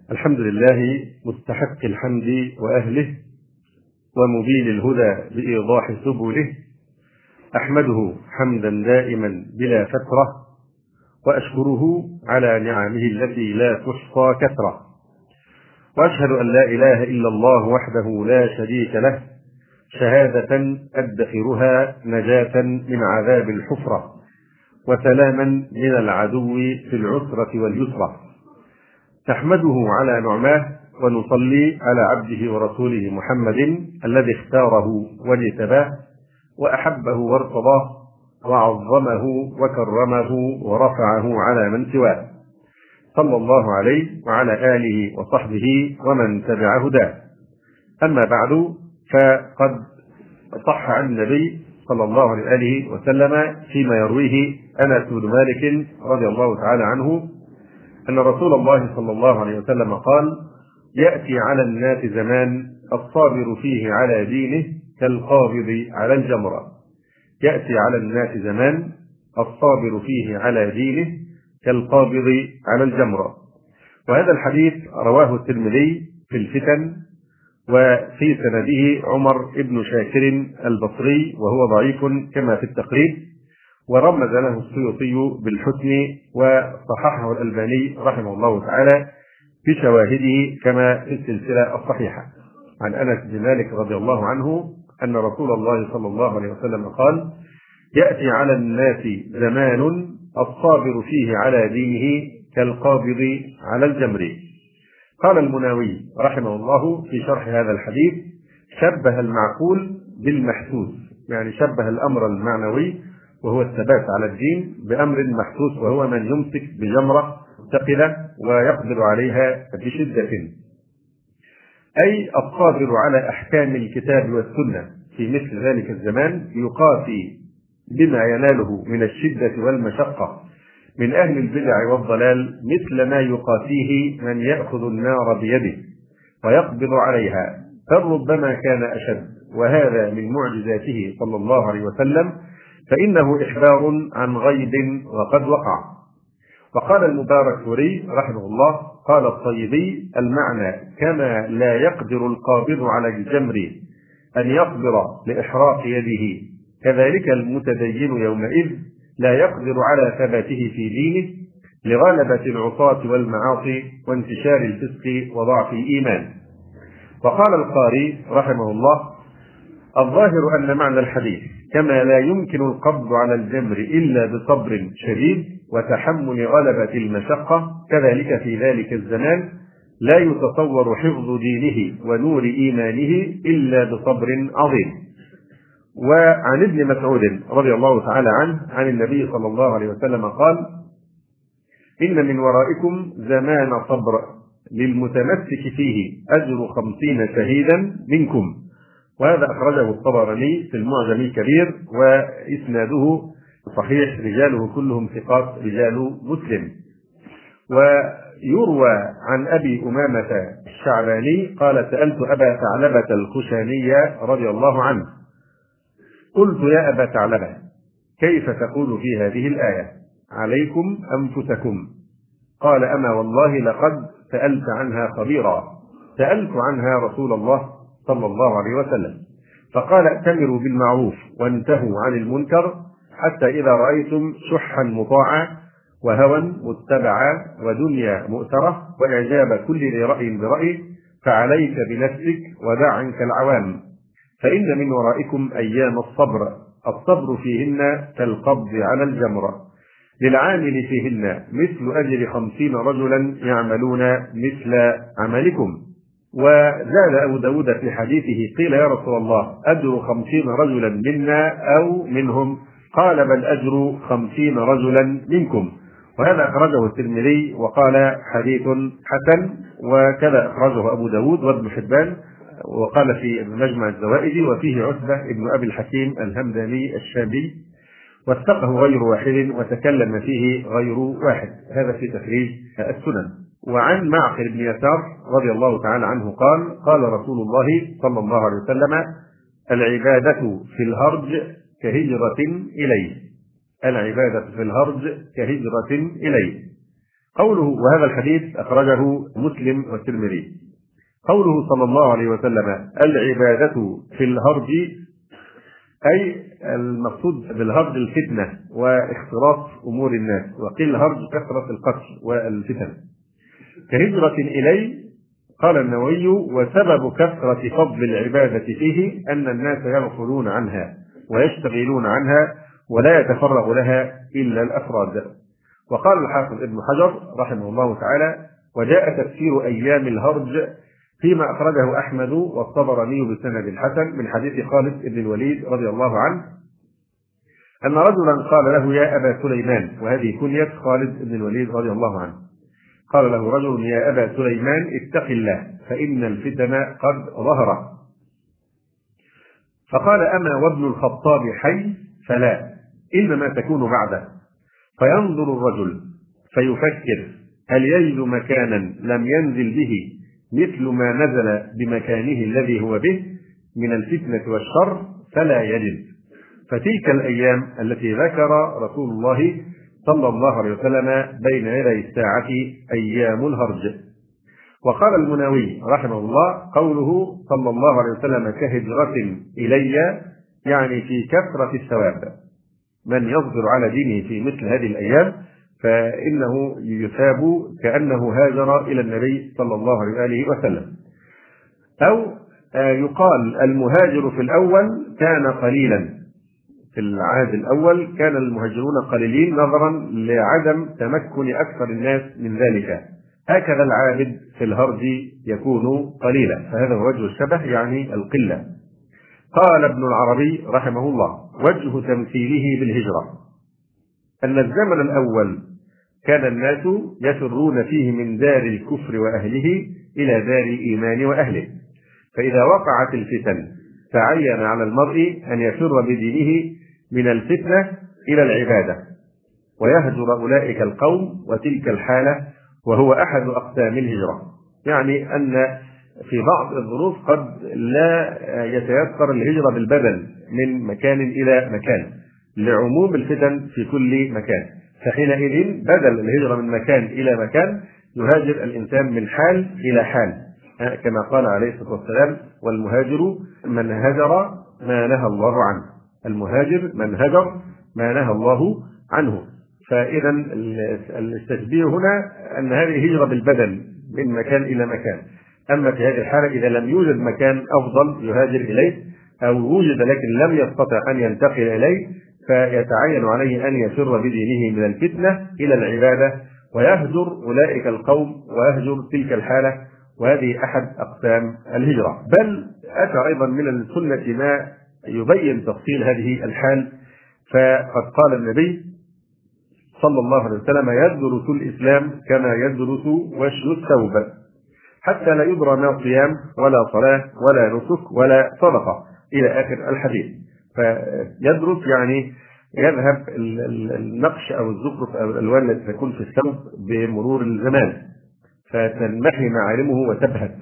الحمد لله مستحق الحمد وأهله ومبين الهدى بإيضاح سبله، أحمده حمدا دائما بلا فترة، وأشكره على نعمه التي لا تحصى كثرة، وأشهد أن لا إله إلا الله وحده لا شريك له شهادة أدخرها نجاة من عذاب الحفرة، وسلاما من العدو في العسرة واليسرة. نحمده على نعماه ونصلي على عبده ورسوله محمد الذي اختاره واجتباه وأحبه وارتضاه وعظمه وكرمه ورفعه على من سواه، صلى الله عليه وعلى آله وصحبه ومن تبع هداه. أما بعد، فقد صح عن النبي صلى الله عليه وسلم فيما يرويه أنس بن مالك رضي الله تعالى عنه أن رسول الله صلى الله عليه وسلم قال: يأتي على الناس زمان الصابر فيه على دينه كالقابض على الجمرة. يأتي على الناس زمان الصابر فيه على دينه كالقابض على الجمرة. وهذا الحديث رواه الترمذي في الفتن، وفي سنده عمر بن شاكر البصري وهو ضعيف كما في التقريب، ورمز له السيوطي بالحسن وصححه الألباني رحمه الله تعالى بشواهده كما في السلسلة الصحيحة. عن أنس بن مالك رضي الله عنه أن رسول الله صلى الله عليه وسلم قال: يأتي على الناس زمان الصابر فيه على دينه كالقابض على الجمر. قال المناوي رحمه الله في شرح هذا الحديث: شبه المعقول بالمحسوس، يعني شبه الأمر المعنوي وهو الثبات على الدين بأمر محسوس، وهو من يمسك بجمرة ثقلة ويقدر عليها بشدة، أي الصابر على أحكام الكتاب والسنة في مثل ذلك الزمان، يقاسي بما يناله من الشدة والمشقة من أهل البدع والضلال مثل ما يقاسيه من يأخذ النار بيده ويقبض عليها، فربما كان أشد. وهذا من معجزاته صلى الله عليه وسلم، فإنه إخبار عن غيب وقد وقع. وقال المباركفوري رحمه الله: قال الطيبي: المعنى كما لا يقدر القابض على الجمر أن يصبر لإحراق يده، كذلك المتدين يومئذ لا يقدر على ثباته في دينه لغلبة العصاة والمعاصي وانتشار الفسق وضعف الإيمان. وقال القاري رحمه الله: الظاهر أن معنى الحديث كما لا يمكن القبض على الجمر إلا بصبر شديد وتحمل غلبة المشقة، كذلك في ذلك الزمان لا يتصور حفظ دينه ونور إيمانه إلا بصبر عظيم. وعن ابن مسعود رضي الله تعالى عنه عن النبي صلى الله عليه وسلم قال: إن من ورائكم زمان صبر للمتمسك فيه أجر 50 شهيدا منكم. وهذا أخرجه الطبراني في المعجم الكبير، وإسناده صحيح، رجاله كلهم ثقات رجال مسلم. ويروى عن أبي أمامة الشعباني قال: سألت أبا ثعلبة الخشاني رضي الله عنه، قلت: يا أبا ثعلبة، كيف تقول في هذه الآية: عليكم أنفسكم؟ قال: أما والله لقد سألت عنها خبيرا، سألت عنها رسول الله صلى الله عليه وسلم، فقال: ائتمروا بالمعروف وانتهوا عن المنكر، حتى إذا رأيتم شحا مطاعا وهوى متبعا ودنيا مؤثرة وإعجاب كل ذي رأي برأيه، فعليك بنفسك ودع عنك العوام، فإن من ورائكم أيام الصبر فيهن كالقبض على الجمرة، للعامل فيهن مثل أجر 50 رجلا يعملون مثل عملكم. وزاد أبو داود في حديثه: قيل يا رسول الله، أجر 50 رجلا منا أو منهم؟ قال: بل أجر 50 رجلا منكم. وهذا أخرجه الترمذي وقال: حديث حسن. وكذا أخرجه أبو داود وابن حبان، وقال في مجمع الزوائد: وفيه عتبة ابن أبي الحكيم الهمداني الشامي، وثقه غير واحد وتكلم فيه غير واحد. هذا في تخريج السنن. وعن معقل بن يسار رضي الله تعالى عنه قال: قال رسول الله صلى الله عليه وسلم: العبادة في الهرج كهجرة إليه. العبادة في الهرج كهجرة إليه. قوله وهذا الحديث أخرجه مسلم والترمذي. قوله صلى الله عليه وسلم العبادة في الهرج، أي المقصود بالهرج الفتنة واختلاط أمور الناس، وقيل الهرج كثرة القتل والفتن. كهجرة إليه قال النووي وسبب كثرة فضل العبادة فيه أن الناس يغفلون عنها ويشتغلون عنها ولا يتفرغ لها إلا الأفراد. وقال الحافظ ابن حجر رحمه الله تعالى وجاء تفسير أيام الهرج فيما أخرجه أحمد والطبراني بسند حسن من حديث خالد بن الوليد رضي الله عنه أن رجلا قال له يا أبا سليمان، وهذه كنية خالد بن الوليد رضي الله عنه، قال له رجل يا أبا سليمان اتق الله فإن الفتن قد ظهرت. فقال أما وابن الخطاب حي فلا، إنما تكون بعده. فينظر الرجل فيفكر هل يجد مكانا لم ينزل به مثل ما نزل بمكانه الذي هو به من الفتنة والشر فلا يجد. فتلك الأيام التي ذكر رسول الله صلى الله عليه وسلم بين يدي الساعة أيام الهرج. وقال المناوي رحمه الله قوله صلى الله عليه وسلم كهجرة إلي، يعني في كثرة الثواب. من يصبر على دينه في مثل هذه الأيام فإنه يثاب كأنه هاجر إلى النبي صلى الله عليه وسلم. أو يقال المهاجر في الأول كان قليلا، في العهد الأول كان المهاجرون قليلين نظرا لعدم تمكن أكثر الناس من ذلك، هكذا العابد في الهرج يكون قليلا، فهذا هو وجه الشبه يعني القلة. قال ابن العربي رحمه الله وجه تمثيله بالهجرة أن الزمن الأول كان الناس يفرون فيه من دار الكفر وأهله إلى دار الإيمان وأهله، فإذا وقعت الفتن تعين على المرء أن يفر بدينه من الفتنة إلى العبادة ويهجر أولئك القوم وتلك الحالة، وهو أحد أقسام الهجرة. يعني أن في بعض الظروف قد لا يتيسر الهجرة بالبدن من مكان إلى مكان لعموم الفتن في كل مكان، فحينئذ بدل الهجرة من مكان إلى مكان يهاجر الإنسان من حال إلى حال، كما قال عليه الصلاة والسلام والمهاجر من هجر ما نهى الله عنه. المهاجر من هجر ما نهى الله عنه. فإذا التشبيه هنا أن هذه هجرة بالبدن من مكان إلى مكان. أما في هذه الحالة إذا لم يوجد مكان أفضل يهاجر إليه أو وجد لكن لم يستطع أن ينتقل إليه فيتعين عليه أن يفر بدينه من الفتنة إلى العبادة ويهجر أولئك القوم ويهجر تلك الحالة، وهذه أحد أقسام الهجرة. بل أتى أيضا من السنة ما يبين تفصيل هذه الحال، فقد قال النبي صلى الله عليه وسلم يدرس الإسلام كما يدرس وشي الثوب حتى لا يدرى ما صيام ولا صلاة ولا نسك ولا صدقة إلى آخر الحديث. فيدرس يعني يذهب النقش أو الزخرف أو الألوان التي تكون في الثوب بمرور الزمان فتنمحي معالمه وتبهت.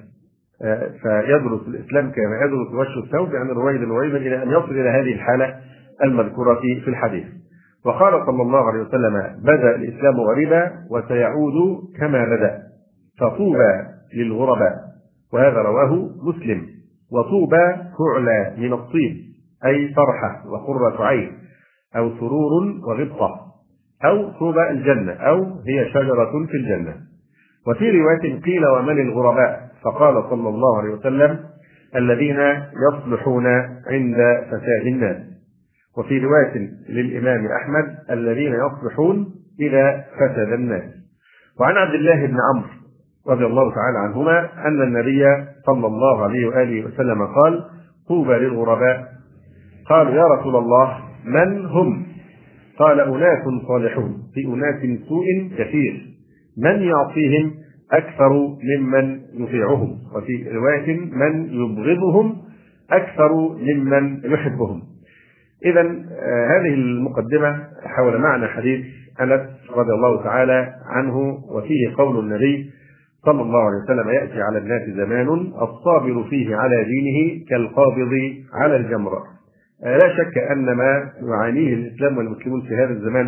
فيدرس الإسلام كما يدرس وشي الثوب، يعني رويدا إلى أن يصل إلى هذه الحالة المذكورة في الحديث. وقال صلى الله عليه وسلم بدأ الإسلام غريبا وسيعود كما بدأ، فطوبى للغرباء، وهذا رواه مسلم. وطوبى فعلى من الطيب أي فرحة وقرة عين أو سرور وغبطة، أو طوبى الجنة أو هي شجرة في الجنة. وفي رواية قيل ومن الغرباء؟ فقال صلى الله عليه وسلم الذين يصلحون عند فساد الناس. وفي رواية للإمام أحمد الذين يصلحون إذا فسد الناس. وعن عبد الله بن عمرو رضي الله تعالى عنهما أن النبي صلى الله عليه وآله وسلم قال طوبى للغرباء. قالوا يا رسول الله من هم؟ قال أناس صالحون في أناس سوء كثير، من يعصيهم أكثر ممن يطيعهم، وفي رواية من يبغضهم أكثر ممن يحبهم. إذا هذه المقدمة حول معنى حديث أنس رضي الله تعالى عنه، وفيه قول النبي صلى الله عليه وسلم يأتي على الناس زمان الصابر فيه على دينه كالقابض على الجمرة. لا شك أن ما يعانيه الإسلام والمسلمون في هذا الزمان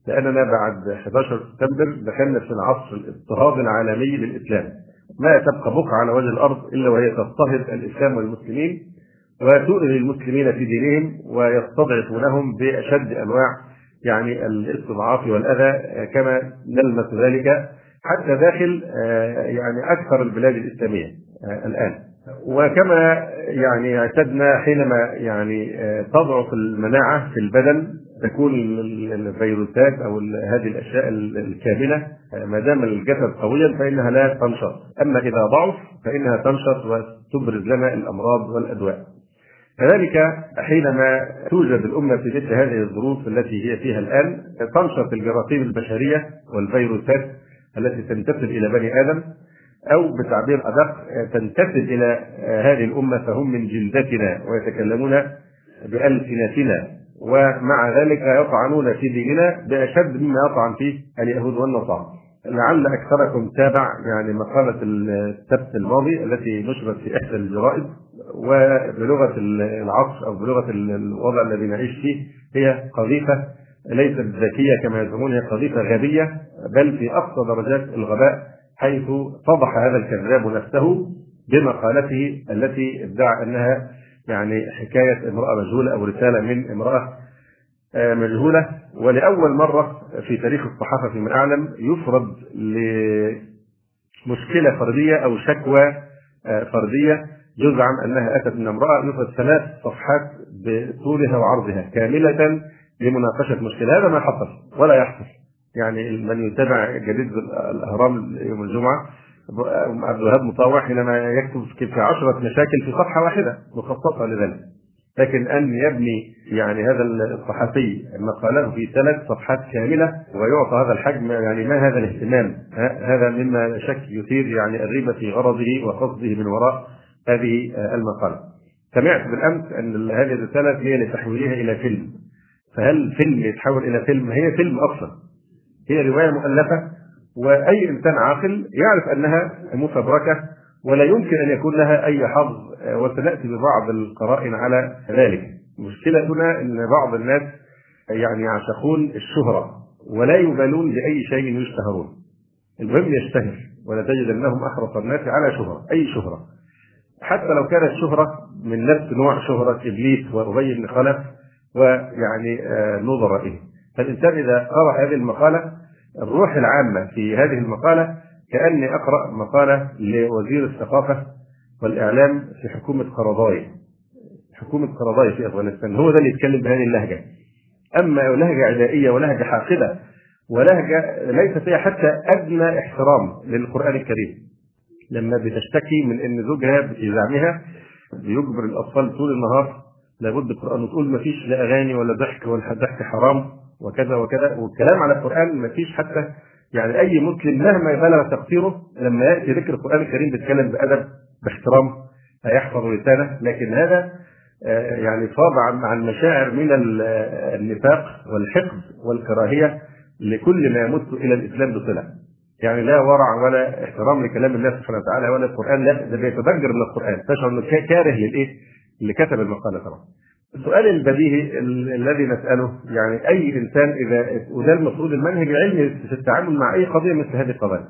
لأننا بعد 11 سبتمبر دخلنا في العصر الاضطهاد العالمي للإسلام. ما تبقى بقعة على وجه الأرض إلا وهي تضطهد الإسلام والمسلمين وتؤذي المسلمين في دينهم ويستضعفونهم بأشد أنواع يعني الاستضعاف والأذى، كما نلمس ذلك حتى داخل يعني أكثر البلاد الإسلامية الآن. وكما يعني اعتدنا حينما يعني تضعف المناعة في البدن تكون الفيروسات أو هذه الأشياء الكامنة ما دام الجسد قويا فإنها لا تنشط، أما إذا ضعف فإنها تنشط وتبرز لنا الأمراض والأدواء. كذلك حينما توجد الأمة في مثل هذه الظروف التي هي فيها الآن تنشط الجراثيم البشرية والفيروسات التي تنتسب إلى بني آدم، أو بتعبير أدق تنتسب إلى هذه الأمة فهم من جلدتنا ويتكلمون بألسنتنا، ومع ذلك يطعنون في ديننا بأشد مما يطعن فيه اليهود والنصارى. لعل أكثركم تابع يعني مقالة السبت الماضي التي نشرت في إحدى الجرائد، وبلغة العصر أو بلغة الوضع الذي نعيش فيه هي قذيفة ليست ذكية كما يزعمون، هي قذيفة غبية بل في أقصى درجات الغباء، حيث فضح هذا الكذاب نفسه بمقالته التي ادعى أنها يعني حكاية امرأة مجهولة أو رسالة من امرأة مجهولة. ولأول مرة في تاريخ الصحافة فيما أعلم يفرض لمشكلة فردية أو شكوى فردية يزعم أنها أتت من امرأة يفرض 3 صفحات بطولها وعرضها كاملة لمناقشة مشكلة. هذا ما حصل ولا يحصل. يعني من يتابع جريدة الأهرام يوم الجمعة عبد الوهاب مطاوع حينما يكتب في 10 مشاكل في صفحة واحدة مخصصة لذلك، لكن أن يبني يعني هذا الصحفي مقاله في 3 صفحات كاملة ويعطى هذا الحجم، يعني ما هذا الاهتمام؟ هذا مما شك يثير يعني الريبة في غرضه وقصده من وراء هذه المقالة. سمعت بالأمس أن هذه الرسالة هي لتحويلها إلى فيلم، فهل فيلم يتحول إلى فيلم؟ هي فيلم أصلا، هي رواية مؤلفة، وأي إنسان عاقل يعرف أنها مفبركة ولا يمكن أن يكون لها أي حظ، وسنأتي ببعض القرائن على ذلك. مشكلتنا أن بعض الناس يعني يعشقون الشهرة ولا يبالون بأي شيء يشتهرون، المهم يشتهر، ولا تجد أنهم أحرص الناس على شهرة، أي شهرة حتى لو كانت شهرة من نفس نوع شهرة إبليس وأبي بن خلف ويعني نظرائه. فالإنسان إذا قرأ هذه المقالة الروح العامة في هذه المقالة كأني أقرأ مقالة لوزير الثقافة والإعلام في حكومة قرضاي، حكومة قرضاي في أفغانستان، هو ده اللي يتكلم بهذه اللهجة. أما لهجة عدائية ولهجة حاقدة ولهجة ليس فيها حتى أدنى احترام للقرآن الكريم، لما بتشتكي من أن زوجها في زعمها بيجبر الأطفال طول النهار لابد القرآن، وتقول ما فيش لا أغاني ولا ضحك ولا ضحك حرام وكذا وكذا، والكلام على القرآن ما فيش حتى يعني أي مسلم مهما بلغ تقصيره لما يأتي ذكر القرآن الكريم بيتكلم بأدب باحترام هيحفظ لسانه، لكن هذا يعني فاض عن مشاعر من النفاق والحقد والكراهية لكل ما يمت إلى الإسلام بصلة، يعني لا ورع ولا احترام لكلام الله سبحانه وتعالى ولا القرآن، لا ده بيتضجر من القرآن، تشعر انه كاره للايه؟ اللي كتب المقالة. طبعا السؤال البديهي الذي نسأله يعني أي إنسان إذا، وده المفروض المنهج العلمي في التعامل مع أي قضية مثل هذه القضايا،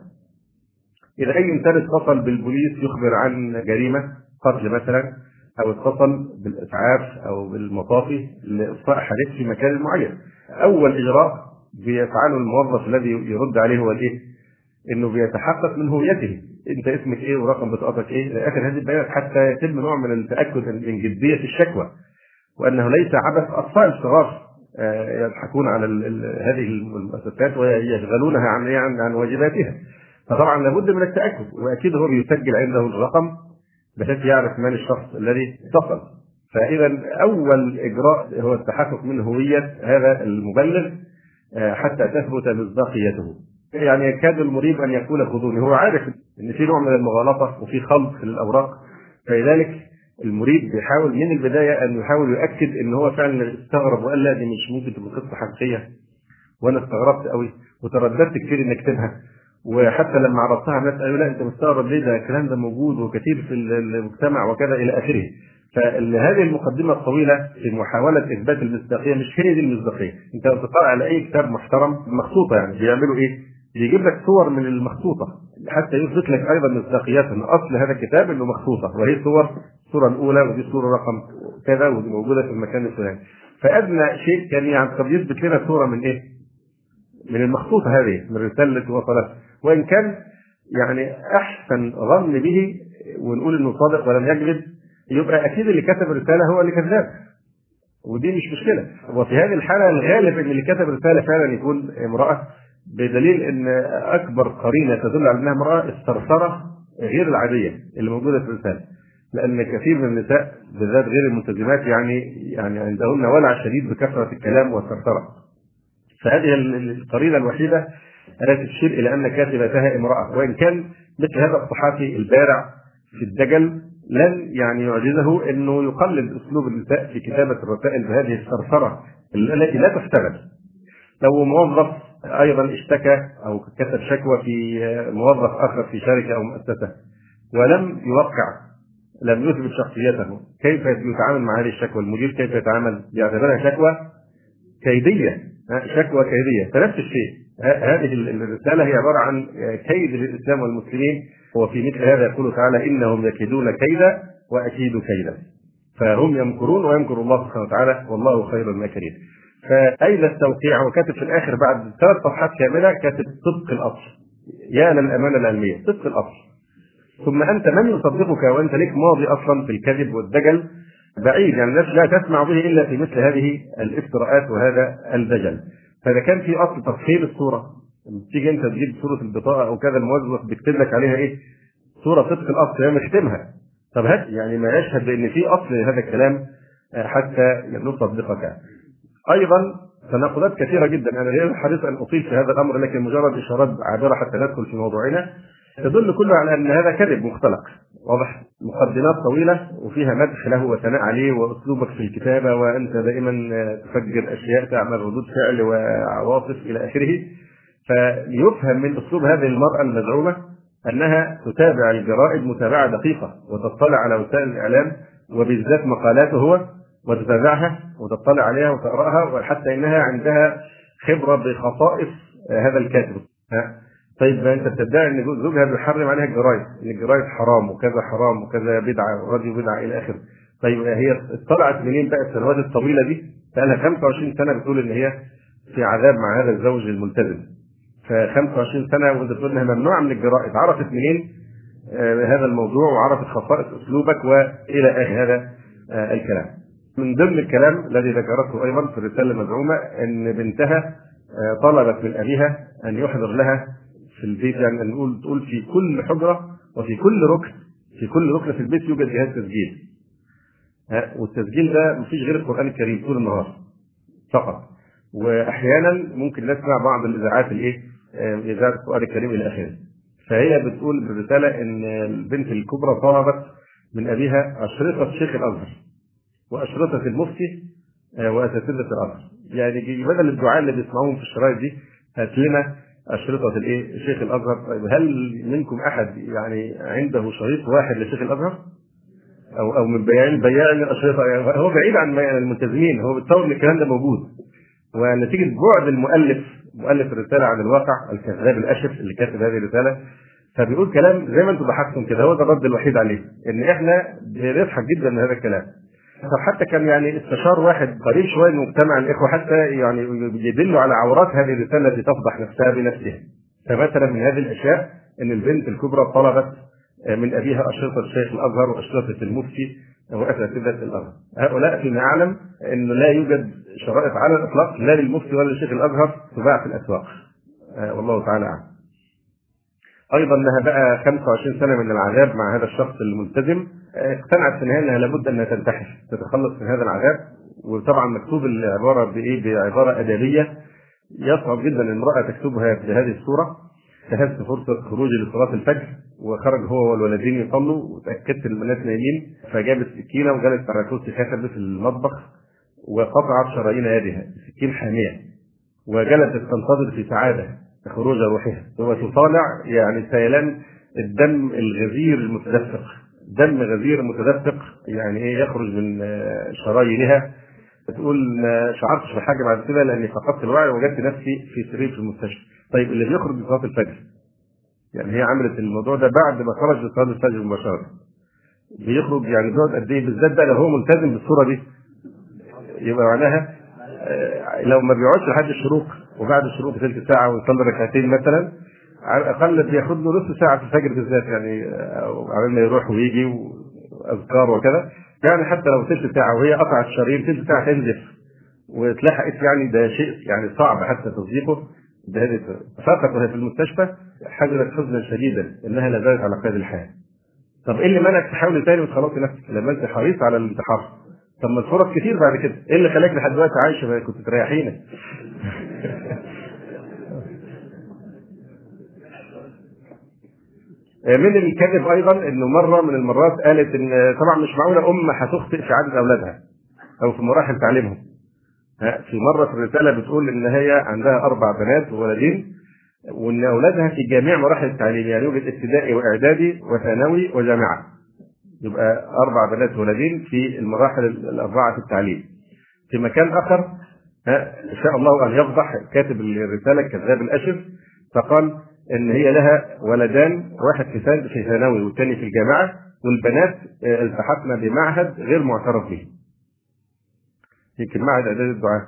إذا أي إنسان اتصل بالبوليس يخبر عن جريمة قتل مثلا، أو اتصل بالإسعاف أو بالمطافي لإطفاء حريق في مكان معين، أول إجراء بيفعله الموظف الذي يرد عليه هو الإيه؟ إنه بيتحقق من هويته، أنت اسمك إيه ورقم بطاقتك إيه، إلى آخر هذه البيانات، حتى يتم نوع من التأكد من جدية الشكوى، وأنه ليس عبث أطفال صغار يضحكون على هذه المؤسسات ويشغلونها عن واجباتها. فطبعا لابد من التأكد، وأكيد هو بيسجل عنده الرقم بحيث يعرف من الشخص الذي اتصل. فإذا أول إجراء هو التحقق من هوية هذا المبلغ حتى تثبت مصداقيته. يعني يكاد المريب أن يكون خذوني، هو عارف أن في نوع من المغالطة وفي خلط في الأوراق، فلذلك المريد بيحاول من البداية أن يحاول يؤكد أن هو فعلا استغرب وقال لا دي مش ممكن تبقى قصة حقيقية، وأنا استغربت قوي وترددت كتير إن أكتبها، وحتى لما عرضتها الناس قالوا لا أنت مستغرب ليه، ده الكلام ده موجود وكثير في المجتمع وكذا إلى آخره. فهذه المقدمة الطويلة في محاولة إثبات المصداقية مش هي دي المصداقية. أنت لو تقرأ على أي كتاب محترم مخطوطة، يعني بيعملوا إيه؟ بيجيب لك صور من المخطوطة حتى يثبت لك أيضا مصداقيتها، أن أصل هذا الكتاب إنه مخطوطة، وهي صور، الصورة الأولى ودي صورة رقم كذا ودي موجودة في المكان الفلاني. فأدنى شيء كان يعني طب يثبت لنا صورة من إيه؟ من المخطوطة هذه، من الرسالة التي وصلت، وإن كان يعني أحسن ظن به ونقول إنه صادق ولم يكذب، يبقى أكيد اللي كتب الرسالة هو اللي كذاب، ودي مش مشكلة. وفي هذه الحالة الغالب إن اللي كتب الرسالة فعلا يكون امرأة، بدليل إن أكبر قرينة تدل على أنها امرأة الثرثرة غير العادية اللي موجودة في الرسالة، لأن كثير من النساء بالذات غير الملتزمات يعني عندهن ولع شديد بكثرة الكلام والثرثرة. فهذه القرينة الوحيدة التي تشير إلى أن كاتبتها امرأة، وإن كان مثل هذا الصحافي البارع في الدجل لن يعني يعجزه انه يقلد اسلوب النساء في كتابه الرسائل بهذه الثرثره التي لا تحتمل. لو موظف ايضا اشتكى او كتب شكوى في موظف اخر في شركه او مؤسسه ولم يوقع، لم يثبت شخصيته، كيف يتعامل مع هذه الشكوى؟ المدير كيف يتعامل؟ يعتبرها شكوى كيديه، شكوى كيديه. فنفس الشيء هذه الرساله هي عباره عن كيد للاسلام والمسلمين. وفي مثل هذا يقول تعالى: انهم يكيدون كيدا واكيد كيدا. فهم يمكرون ويمكر الله سبحانه وتعالى والله خير الماكرين. فاين التوقيع؟ وكاتب في الاخر بعد 3 صفحات كامله كاتب طبق الاصل. يا للامانه العلميه، طبق الاصل. ثم انت من يصدقك وانت لك ماضي اصلا في الكذب والدجل بعيد، يعني الناس لا تسمع به الا في مثل هذه الافتراءات وهذا الدجل. فاذا كان في اصل تفصيل الصوره، تيجي انت تجيب صوره البطاقه او كذا، الموظف بيكتب لك عليها ايه؟ صوره طبق الاصل، هي مختمها. طب هات يعني ما يشهد بان في اصل لهذا الكلام حتى نصدقك. ايضا تناقضات كثيره جدا، انا غير حريص ان اطيل في هذا الامر، لكن مجرد اشارات عابره حتى ندخل في موضوعنا، تدل كلها على ان هذا كذب مختلق واضح. مقدمات طويله وفيها مدح له وثناء عليه واسلوبك في الكتابه، وانت دائما تفجر اشياء، تعمل ردود فعل وعواطف الى اخره. فيفهم من اسلوب هذه المراه المزعومه انها تتابع الجرائد متابعه دقيقه، وتطلع على وسائل الاعلام وبالذات مقالاته هو، وتتابعها وتطلع عليها وتقراها، وحتى انها عندها خبره بخصائص هذا الكاتب. طيب انت بتدعي ان زوجها بيحرم عليها الجرايد، ان الجرايد حرام وكذا حرام وكذا بدعه وراديو بدعه الى اخره. طيب هي اطلعت منين بقى السنوات الطويله دي؟ بقى لها 25 سنه بتقول ان هي في عذاب مع هذا الزوج الملتزم. ف 25 سنه وانت بتقول انها ممنوعه من الجرائد، عرفت منين هذا الموضوع وعرفت خصائص اسلوبك والى اخر هذا الكلام. من ضمن الكلام الذي ذكرته ايضا في الرساله المزعومه ان بنتها طلبت من ابيها ان يحضر لها في البيت، يعني نقول تقول في كل حجره وفي كل ركن، في كل ركن في البيت يوجد جهاز تسجيل. والتسجيل ده مفيش غير القران الكريم طول النهار فقط، واحيانا ممكن نسمع بعض الاذاعات اذاعه القران الكريم الى اخره. فهي بتقول بالرساله ان البنت الكبرى طلبت من ابيها اشرطه شيخ الازهر واشرطه المفتي واساتذه الازهر، يعني بدل الدعاء اللي بيسمعوهم في الشرايط دي هات لنا اشرطه شيخ الازهر. طيب هل منكم احد يعني عنده شريط واحد لشيخ الازهر او من بياع الاشرطه؟ يعني هو بعيد عن الملتزمين، هو بيتصور ان الكلام ده موجود، ونتيجه بعد مؤلف الرساله عن الواقع الكذاب الاشف اللي كاتب هذه الرساله، فبيقول كلام زي ما انتم ضحكتم كده، هو ده الرد الوحيد عليه، ان احنا بنضحك جدا من هذا الكلام. طب حتى كان يعني استشار واحد قريب شويه من مجتمع الاخوه حتى يعني يدلوا على عورات هذه الرساله التي تفضح نفسها بنفسها. فمثلا من هذه الاشياء ان البنت الكبرى طلبت من ابيها اشرطه شيخ الازهر واشرطه المفتي واساتذه الازهر. هؤلاء فيما اعلم انه لا يوجد شرائط على الاطلاق لا للمفتي ولا لشيخ الازهر تباع في الاسواق. والله تعالى اعلم. ايضا انها بقى 25 سنه من العذاب مع هذا الشخص الملتزم، اقتنعت في النهايه انها لابد انها تنتحر تتخلص من هذا العذاب. وطبعا مكتوب العباره بعباره ادبيه يصعب جدا المراه تكتبها بهذه الصوره. انتهزت فرصه خروجي لصلاه الفجر وخرج هو والولدين يصلوا، وتاكدت ان البنات نايمين، فجابت سكينه وجلست على كرسي خشب في المطبخ وقطعت شرايين يدها بسكين حاميه، وجلست تنتظر في سعاده خروج روحها وتطالع يعني سيلان الدم الغزير المتدفق دم غزير متدفق يعني ايه يخرج من شرايينها، بتقول ما شعرتش بحاجه بعد كده لاني فقدت الوعي ووجدت نفسي في سرير في المستشفى. طيب اللي بيخرج بصلاه الفجر، يعني هي عملت الموضوع ده بعد ما خرج بصلاه الفجر مباشره، بيخرج يعني بيقعد قد ايه؟ بالذات بقى لو هو ملتزم بالصوره دي، يبقى معناها لو ما بيقعدش لحد الشروق وبعد الشروق بثلث ساعه ويصلي ركعتين مثلا، على الاقل بياخد له نص ساعه في الفجر بالذات، يعني على ما يروح ويجي واذكار وكذا، يعني حتى لو ثلث ساعه وهي قطعت شرايين ثلث ساعه تنزف واتلحقت، يعني ده شيء يعني صعب حتى تصديقه. ده فقط وهي في المستشفى حزنت حزنا شديدا انها لا زالت على قيد الحياه. طب ايه اللي منعك تحاولي تاني وتخلصي نفسك لما انت حريص على الانتحار؟ طب ما الفرص كتير بعد كده، ايه اللي خلاك لحد دلوقتي عايشه؟ كنت تريحينا. من الكذب ايضا انه مره من المرات قالت ان طبعا مش معقوله هتخطئ في عدد اولادها او في مراحل تعليمهم. في مره في الرساله بتقول ان هي عندها 4 بنات وولدين، وان اولادها في جميع مراحل التعليم، يعني يوجد ابتدائي واعدادي وثانوي وجامعه، يبقى 4 بنات وولدين في المراحل الاربعه في التعليم. في مكان اخر شاء الله ان يفضح كاتب الرساله الكذاب الاشر، فقال ان هي لها ولدان، واحد في ثانوي والثاني في الجامعه، والبنات التحقنا بمعهد غير معترف به، يمكن معهد اعداد الدعاة.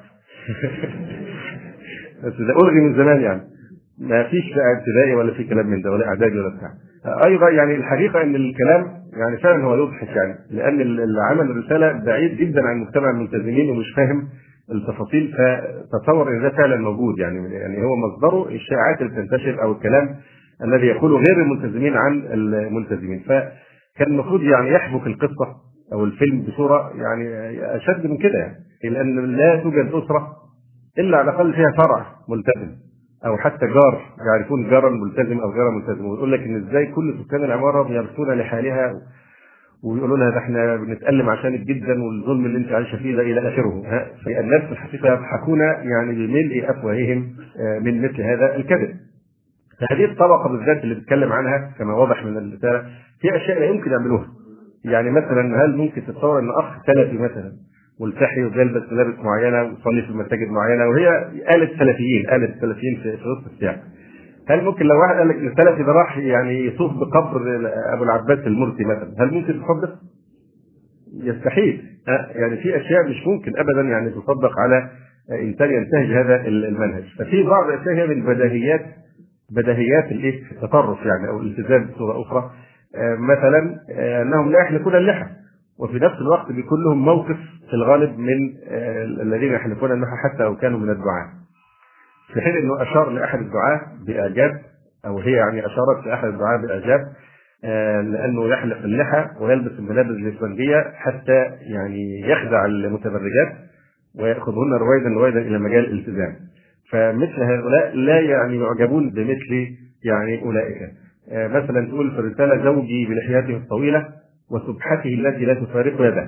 بس ده الغي من زمان، يعني ما فيش بقى ابتدائي ولا في كلام من ده ولا اعدادي ولا بتاع. ايضا يعني الحقيقه ان الكلام يعني فعلا هو يضحك، يعني لان اللي عمل الرساله بعيد جدا عن مجتمع الملتزمين ومش فاهم التفاصيل، فتصور ان ده فعلا موجود، يعني هو مصدره الشائعات اللي بتنتشر او الكلام الذي يقوله غير الملتزمين عن الملتزمين. فكان المفروض يعني يحبك القصه او الفيلم بصوره يعني اشد من كده، يعني لان لا توجد اسره الا على الاقل فيها فرع ملتزم او حتى جار يعرفون جارا ملتزم او غير ملتزم، ويقول لك ان ازاي كل سكان العماره بيرثون لحالها ويقولوا لها ده احنا بنتألم عشانك جدا والظلم اللي انت عايشه فيه ده الى اخره. فالناس في الحقيقه يضحكون يعني بملء افواههم من مثل هذا الكذب. فهذه الطبقه بالذات اللي بتكلم عنها كما واضح من الرساله في اشياء لا يمكن يعملوها. يعني مثلا هل ممكن تتصور ان اخ سلفي مثلا ملتحي وبيلبس ملابس معينه ويصلي في مساجد معينه وهي آلة سلفيين في وسط السياق، هل ممكن لو واحد قال لك السلفي ده راح يعني يطوف بقبر ابو العباس المرسي مثلا، هل ممكن تصدق؟ يستحيل. يعني في اشياء مش ممكن ابدا يعني تصدق على انسان ينتهج هذا المنهج. ففي بعض الاشياء هي من بديهيات الايه؟ التطرف يعني او الالتزام بصوره اخرى. مثلا انهم لا يحلقون اللحى، وفي نفس الوقت بيكون لهم موقف في الغالب من الذين يحلقون اللحى حتى لو كانوا من الدعاة، في حين انه اشار لاحد الدعاة باعجاب، او هي يعني اشارت لاحد الدعاة باعجاب لانه يحلق اللحى ويلبس الملابس الاسفنجيه حتى يعني يخدع المتبرجات وياخذهن رويدا الى مجال الالتزام. فمثل هؤلاء لا يعني يعجبون بمثل يعني اولئك. مثلا تقول في الرساله زوجي بلحيته الطويله وسبحته التي لا تفارق يده.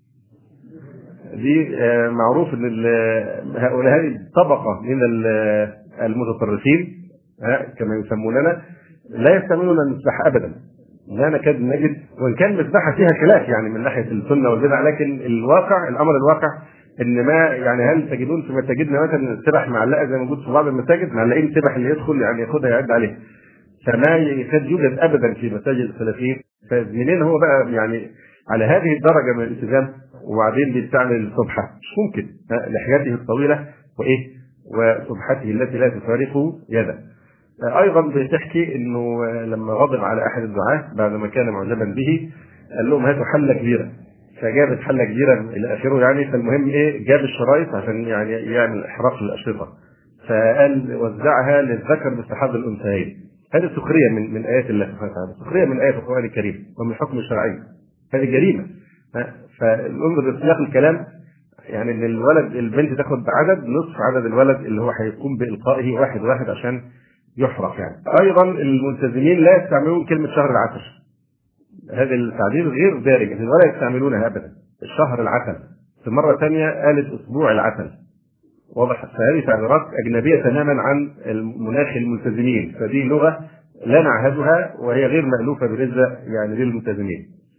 دي معروف ان هؤلاء هذه طبقه من المتطرفين كما يسموننا لا يستعملون المسبح ابدا، لا نكاد نجد، وان كان المسبحه فيها خلاف يعني من ناحيه السنه والبدع، لكن الامر الواقع ان ما يعني هل تجدون في مساجدنا مثلا السبح معلقه زي ما موجود في بعض المساجد، معلقين سبح اللي يدخل يعني ياخدها يعد عليه، فما يكاد يوجد ابدا في مساجد السلفيين. فمنين هو بقى يعني على هذه الدرجه من الالتزام وبعدين بيستعمل السبحه؟ مش ممكن. لحيته الطويله وايه وسبحته التي لا تفارق يده. ايضا بتحكي انه لما غضب على احد الدعاة بعد ما كان معجبا به قال لهم هاتوا حله كبيره، فجابت حله كبيره الى اخره يعني. فالمهم ايه، جاب الشرايط عشان يعني يعمل احراق للاشرطه، فقال وزعها للذكر مثل حظ الانثيين. هذه سخريه من ايات الله سبحانه وتعالى، سخريه من ايات القران الكريم ومن الحكم الشرعي، هذه جريمه. فالانظر لسياق الكلام، يعني ان البنت تاخد عدد نصف عدد الولد اللي هو هيقوم بالقائه واحد واحد عشان يحرق يعني. ايضا الملتزمين لا يستعملون كلمه شهر العسل، هذا التعبير غير دارج ولا يستعملونها ابدا. الشهر العسل، في مره ثانيه قالت اسبوع العسل. واضح. فهذه تعبيرات اجنبيه تماما عن المناخ الملتزمين، فدي لغه لا نعهدها وهي غير مالوفه بالنسبه يعني للملتزمين.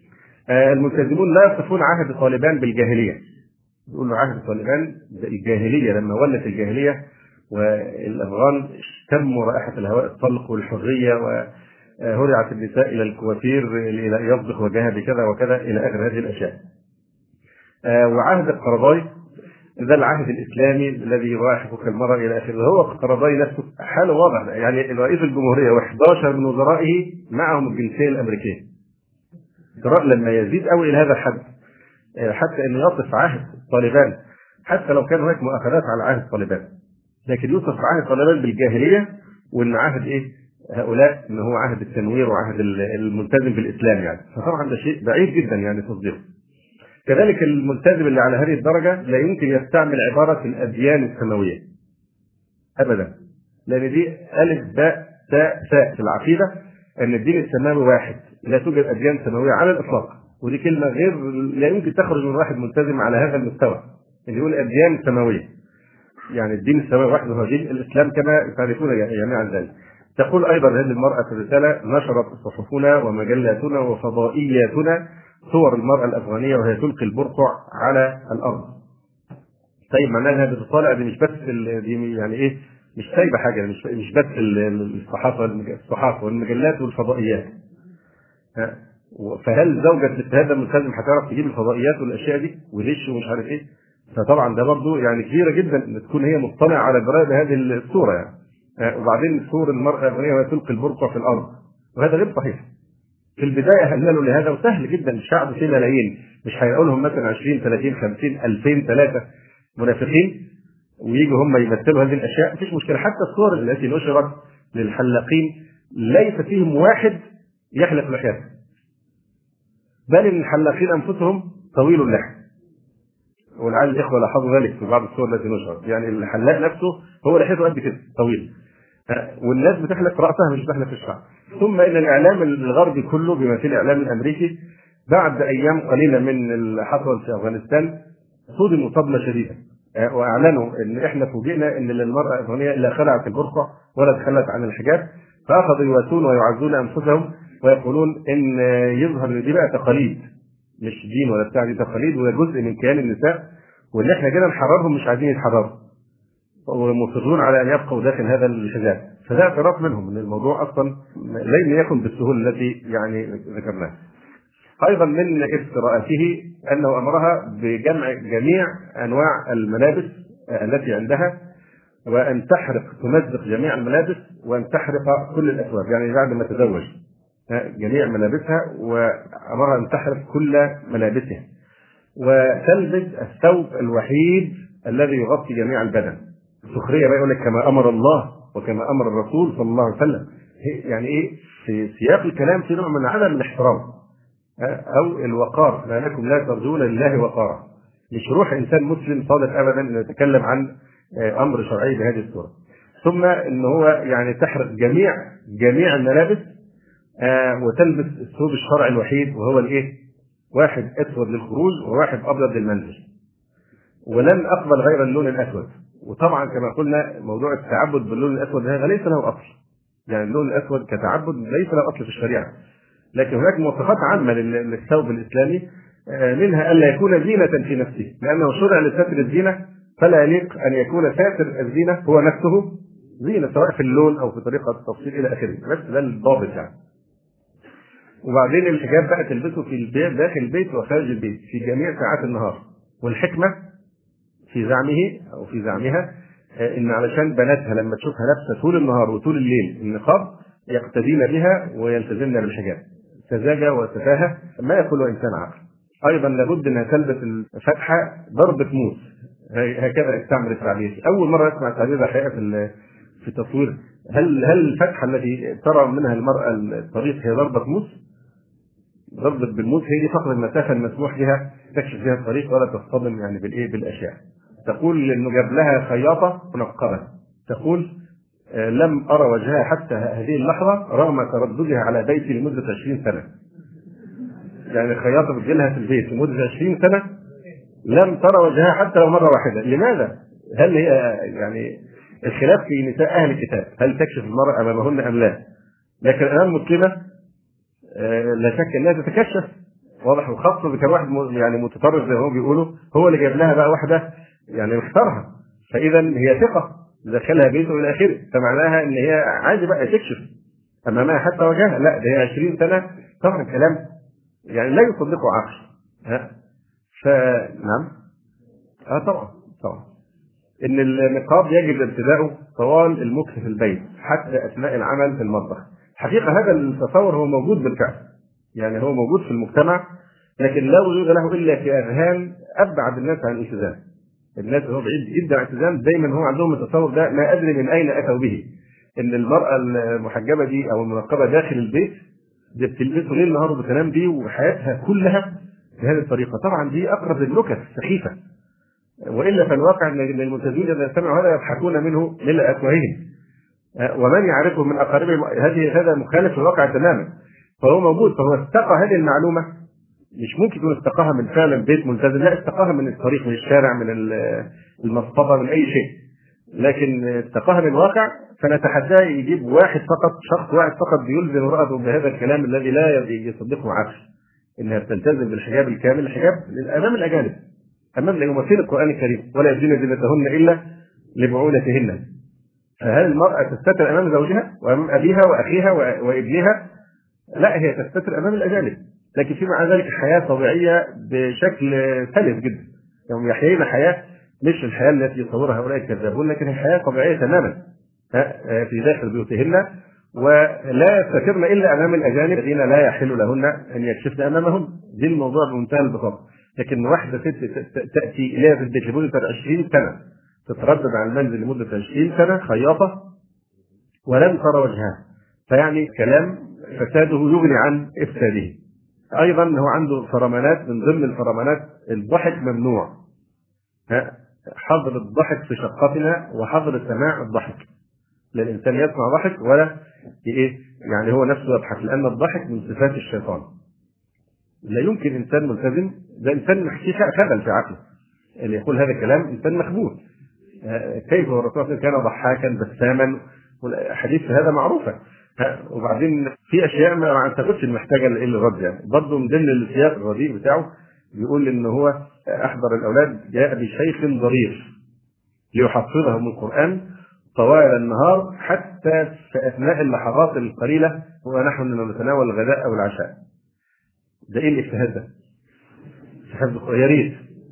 الملتزمون لا يصفون عهد طالبان بالجاهلية، يقولوا عهد طالبان الجاهلية لما ولت الجاهلية والأفغان اشتموا رائحة الهواء الطلق والحرية وهرعت النساء إلى الكوافير إلى يصبغ وجهها بكذا وكذا إلى آخر هذه الأشياء. وعهد القرضاي ده العهد الإسلامي الذي يضاعف المرأة إلى آخره. هو القرضاي نفسه حاله واضح، يعني رئيس الجمهورية و11 من وزرائه معهم الجنسية الأمريكية. لما يزيد قوي إلى هذا الحد حتى أنه يصف عهد طالبان، حتى لو كان هناك مؤاخذات على عهد طالبان، لكن يوصف عهد طالبان بالجاهلية، وأن عهد إيه هؤلاء أنه هو عهد التنوير وعهد الملتزم بالإسلام يعني. فطبعا ده شيء بعيد جدا يعني تصديقه. كذلك الملتزم اللي على هذه الدرجة لا يمكن يستعمل عبارة الأديان السماوية أبدا، لأن دي ألف باء تاء ثاء في العقيدة، أن الدين السماوي واحد، لا توجد أديان سماوية على الإطلاق. ودي كلمة غير لا يمكن تخرج من واحد ملتزم على هذا المستوى اللي يقول أديان سماوية. يعني الدين السماوي واحد هو دين الإسلام كما تعرفون جميعا ذلك. تقول أيضا هذه المرأة في الرسالة: نشرت صحفنا ومجلاتنا وفضائياتنا صور المرأة الأفغانية وهي تلقي البرقع على الأرض. طيب معناها هذه الرسالة دي مش بس دي يعني إيه، مش سايبة حاجة، مش بس الصحافة والمجلات والفضائيات. فهل زوجة مثل هذا الملتزم هتعرف تجيب الفضائيات والأشياء دي ودش ومش عارف إيه؟ فطبعا ده برضه يعني كبيرة جدا إن تكون هي مطلعة على جرائد هذه الصورة يعني. وبعدين صور المرأة الأفغانية وهي تلقي البرقع في الأرض، وهذا غير صحيح. في البداية هللوا لهذا، وسهل جدا، الشعب فيه ملايين، مش هيقول لهم مثلا 20 30 50 2000 3 منافقين ويجوا هم يمثلوا هذه الاشياء، مفيش مشكله. حتى الصور التي نشرت للحلاقين ليس فيهم واحد يحلق لحيته، بل الحلاقين انفسهم طويل اللحى، ولعل الاخوه لاحظوا ذلك في بعض الصور التي نشرت. يعني الحلاق نفسه هو لحيته قد كده طويل، والناس بتحلق راسها مش بتحلق الشعر. ثم ان الاعلام الغربي كله بما فيه الاعلام الامريكي بعد ايام قليله من اللي حصل في افغانستان صدموا صدمه شديده، واعلنوا ان احنا فوجئنا ان المراه الافغانيه لا خلعت البرقع ولا تخلت عن الحجاب، فاخذوا يواسون ويعزون انفسهم ويقولون ان يظهر ان دي بقى تقاليد مش دين ولا بتاع، دي تقاليد وده جزء من كيان النساء، وان احنا جينا نحررهم مش عايزين يتحرروا ومصرون على ان يبقوا داخل هذا الحجاب. فده اعتراف منهم ان الموضوع اصلا لم يكن بالسهوله التي يعني ذكرناها. ايضا من افتراءاته انه امرها بجمع جميع انواع الملابس التي عندها، وان تحرق تمزق جميع الملابس، وان تحرق كل الاثواب، يعني بعد ما تزوج جميع ملابسها، وامرها ان تحرق كل ملابسها، وتلبس الثوب الوحيد الذي يغطي جميع البدن. سخريه بقى، يقول لك كما امر الله وكما امر الرسول صلى الله عليه وسلم. يعني ايه؟ في سياق الكلام في نوع من عدم الاحترام او الوقار، لانكم لا ترجون لله وقارا. مش روح انسان مسلم صادق ابدا انه يتكلم عن امر شرعي بهذه الصوره. ثم ان هو يعني تحرق جميع الملابس، وتلبس الثوب الشرعي الوحيد وهو الايه؟ واحد اسود للخروج وواحد ابيض للمنزل، ولن اقبل غير اللون الاسود. وطبعا كما قلنا موضوع التعبد باللون الاسود هذا ليس له اصل، يعني اللون الاسود كتعبد ليس له اصل في الشريعه، لكن هناك مواصفات عامه للثوب الاسلامي، منها الا يكون زينه في نفسه، لانه شرع لستر الزينه، فلا يليق ان يكون ساتر الزينه هو نفسه زينه، سواء في اللون او في طريقه التفصيل الى اخره، بس ده الضابط يعني. وبعدين الحجاب بقى تلبسه في البيت داخل البيت وخارج البيت في جميع ساعات النهار. والحكمه في زعمه او في زعمها ان علشان بناتها لما تشوفها لابسه طول النهار وطول الليل النقاب يقتدين بها ويلتزمن بالحجاب. سذاجه وسفاهه ما يقوله انسان عاقل. ايضا لابد انها تلبس الفتحه ضربه موس، هكذا استعمل التعبير. اول مره اسمع التعبير ده حقيقه في التصوير. هل الفتحه التي ترى منها المراه الطريق هي ضربه موس؟ ضربت بالموس هي دي فقط المسافه المسموح بها تكشف فيها الطريق ولا تصطدم يعني بالاشياء. تقول انه جاب لها خياطه منقبه، تقول لم ارى وجهها حتى هذه اللحظه رغم ترددها على بيتي لمده 20 سنه. يعني خياطه بتجي لها في البيت لمده 20 سنه لم ترى وجهها حتى لو مره واحده. لماذا؟ هل هي يعني الخلاف في نساء اهل الكتاب، هل تكشف المراه امامهن ام لا؟ لكن امام مسلمه لا شك انها تتكشف واضح. وخاصه كان واحد يعني متطرف زي ما هو بيقولوا، هو اللي جاب لها بقى واحده يعني اختارها، فاذا هي ثقه دخلها بيته الى اخره، فمعناها ان هي عادي بقى تكشف امامها حتى وجهها. لا ده هي 20 سنه. طبعا كلام يعني لا يصدقه عقل. ها فنعم. طبعا طبعا ان النقاب يجب ارتداؤه طوال المكث في البيت حتى اثناء العمل في المطبخ. حقيقه هذا التصور هو موجود بالفعل، يعني هو موجود في المجتمع، لكن لا وجود له الا في اذهان ابعد الناس عن الالتزام. الناس اللي هو بعيد جدا عن الالتزام دايما هو عندهم التصور ده، ما ادري من اين اتوا به، ان المراه المحجبه دي او المنقبه داخل البيت دي بتلبسه ليل نهار وبتنام بيه وحياتها كلها بهذه الطريقه. طبعا دي اقرب للنكت السخيفه، والا فالواقع ان الملتزمين اذا سمعوا هذا يضحكون منه ملء افواههم، ومن يعرفه من اقاربهم هذا مخالف للواقع تماما. فهو موجود، فهو استقى هذه المعلومه، مش ممكن يكون استقاها من فعلا بيت ملتزم، لا استقاها من الطريق، من الشارع، من المصطبه، من اي شيء، لكن استقاها من الواقع. فنتحداه يجيب واحد فقط، شخص واحد فقط بيلزم امرأته بهذا الكلام الذي لا يصدقه عقل، انها بتلتزم بالحجاب الكامل، الحجاب امام الاجانب، امام يمثل القران الكريم، ولا يبدين زينتهن الا لبعولتهن. فهل المراه تستتر امام زوجها وامام ابيها واخيها وابنها؟ لا، هي تستتر امام الاجانب، لكن في مع ذلك حياه طبيعيه بشكل سلس جدا. هم يحيين حياه مش الحياه التي يصورها هؤلاء الكذابون، لكن هي حياه طبيعيه تماما في داخل بيوتهن، ولا يستترن الا امام الاجانب الذين لا يحل لهن ان يكشفن امامهم. دي الموضوع بمنتهى البساطه. لكن واحده ست تاتي اليها في البيت لمده 20 سنه، تتردد على المنزل لمده 20 سنه خياطه ولم ترى وجهها، فيعني كلام فساده يغني عن افساده. ايضا هو عنده فرمانات، من ضمن الفرمانات الضحك ممنوع. حظر الضحك في شقتنا وحظر سماع الضحك، لا الانسان يسمع ضحك ولا ايه يعني هو نفسه يضحك، لان الضحك من صفات الشيطان. لا يمكن انسان ملتزم، ده انسان خبل في عقله اللي يقول هذا الكلام، انسان مخبول. كيف هو الرسول كان ضحاكا بساما، والحديث هذا معروفه. وبعدين في اشياء ما اعتقدش محتاجه الا الرد، يعني برضه من ضمن السياق الرديء بتاعه بيقول ان هو احضر الاولاد جاء بشيخ ضرير ليحفظهم القران طوال النهار حتى في اثناء اللحظات القليله ونحن نتناول الغداء او العشاء. ده ايه الاجتهاد ده؟ يا ريت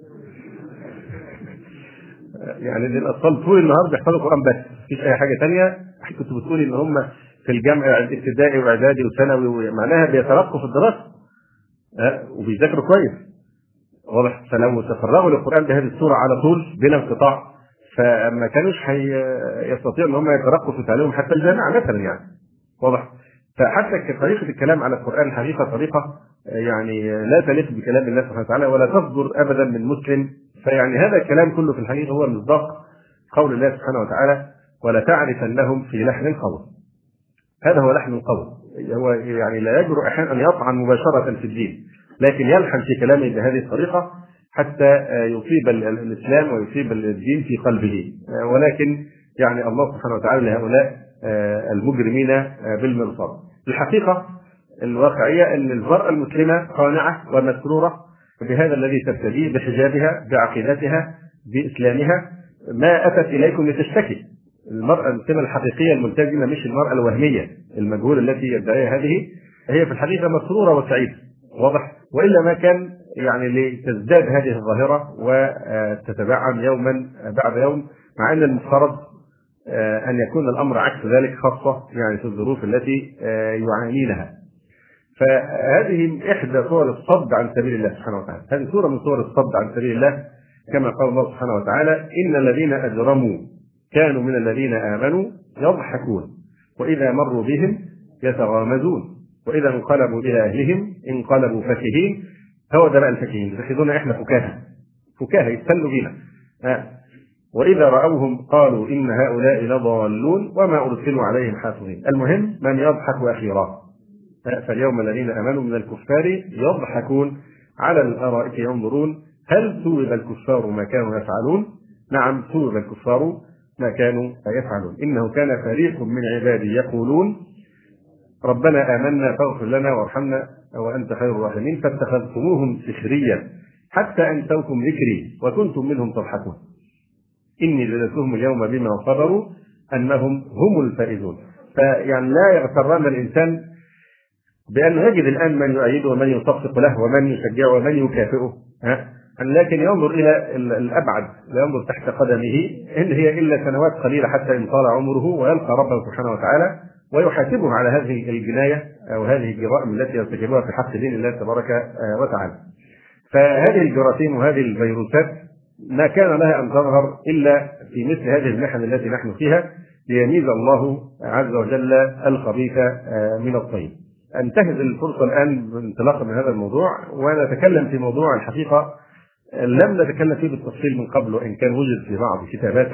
يعني الاطفال طول النهار بيحفظوا القران بس مفيش اي حاجه ثانيه. كنت بتقولي ان هم في الجامعه الابتدائي واعدادي وثانوي معناها بيترقوا في الدراسه وبيذاكروا كويس، واضح. فلو تفرغوا للقران بهذه الصوره على طول بلا انقطاع فما كانوش يستطيعوا ان هم يترقوا في تعليمهم حتى الجامعه مثلا، يعني واضح. فحتى طريقه الكلام على القران حقيقه طريقه يعني لا تليق بكلام الله سبحانه وتعالى ولا تصدر ابدا من مسلم. فيعني هذا الكلام كله في الحقيقه هو مصداق قول الله سبحانه وتعالى: ولا تعرفنهم في لحن القول. هذا هو لحن القول، هو يعني لا يجرؤ احيانا ان يطعن مباشره في الدين، لكن يلحن في كلامه بهذه الطريقه حتى يصيب الاسلام ويصيب الدين في قلبه. ولكن يعني الله سبحانه وتعالى لهؤلاء المجرمين بالمرصاد. الحقيقه الواقعيه ان المراه المسلمه قانعه ومسروره بهذا الذي ترتديه، بحجابها، بعقيدتها، باسلامها. ما اتت اليكم لتشتكي. المراه المسلمه الحقيقيه الملتزمه، مش المراه الوهميه المجهوله التي يدعيها هذه، هي في الحقيقه مسروره وسعيده، واضح. والا ما كان يعني لتزداد هذه الظاهره وتتبعم يوما بعد يوم، مع ان المفترض ان يكون الامر عكس ذلك، خاصه يعني في الظروف التي يعانينها. فهذه احدى صور الصد عن سبيل الله سبحانه وتعالى، هذه صوره من صور الصد عن سبيل الله، كما قال الله سبحانه وتعالى: ان الذين اجرموا كانوا من الذين امنوا يضحكون واذا مروا بهم يتغامزون واذا انقلبوا الى اهلهم انقلبوا فكهين. هو ده بقى الفكهين، يتخذون احنا فكاهه يستنوا بينا. واذا راوهم قالوا ان هؤلاء لضالون وما ارسلوا عليهم حافظين. المهم من يضحك اخيرا. فاليوم الذين امنوا من الكفار يضحكون على الارائك ينظرون هل ثوب الكفار ما كانوا يفعلون. نعم، ثوب الكفار ما كانوا يفعلون. انه كان فريق من عبادي يقولون ربنا آمنا فاغفر لنا وارحمنا وأنت خير الراحمين فاتخذتموهم سخريا حتى أنسوكم ذكري وكنتم منهم تضحكون إني جزيتهم اليوم بما صبروا أنهم هم الفائزون. فيعني لا يغترن الإنسان بأن يجد الآن من يؤيده ومن يصفق له ومن يشجعه ومن يكافئه، لكن ينظر إلى الأبعد، لا ينظر تحت قدمه، إن هي إلا سنوات قليلة حتى إن طال عمره ويلقى ربه سبحانه وتعالى ويحاسبه على هذه الجناية أو هذه الجرائم التي يرتكبها في حق دين الله تبارك وتعالى. فهذه الجراثيم وهذه الفيروسات ما كان لها أن تظهر إلا في مثل هذه المحن التي نحن فيها ليميز الله عز وجل الخبيث من الطيب. أنتهز الفرصة الآن انطلاقا من هذا الموضوع ونتكلم في موضوع الحقيقة لم نتكلم فيه بالتفصيل من قبل وإن كان وجد في بعض كتابات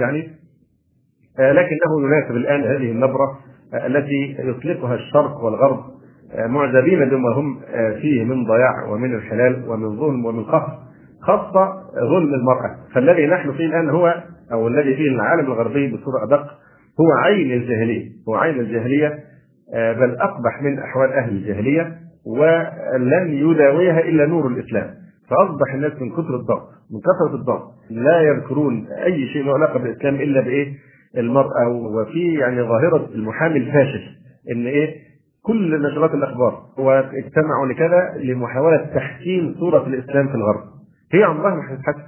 لكنه يناسب الآن هذه النبرة التي يطلقها الشرق والغرب معجبين بما هم فيه من ضياع ومن انحلال ومن ظلم ومن قهر، خاصة ظلم المرأة. فالذي نحن فيه الآن هو أو الذي فيه العالم الغربي بصورة أدق هو عين الجاهلية، هو عين الجاهلية، بل أقبح من أحوال أهل الجاهلية، ولن يداويها إلا نور الإسلام. فأصبح الناس من كثرة الضغط، من كثرة الضغط لا يذكرون أي شيء له علاقة بالإسلام إلا بإيه؟ المرأة. وفي يعني ظاهرة المحامي الفاشل إن كل نشرات الأخبار واجتمعوا لكذا لمحاولة تحسين صورة الإسلام في الغرب. هي عمرها ما هتتحسن،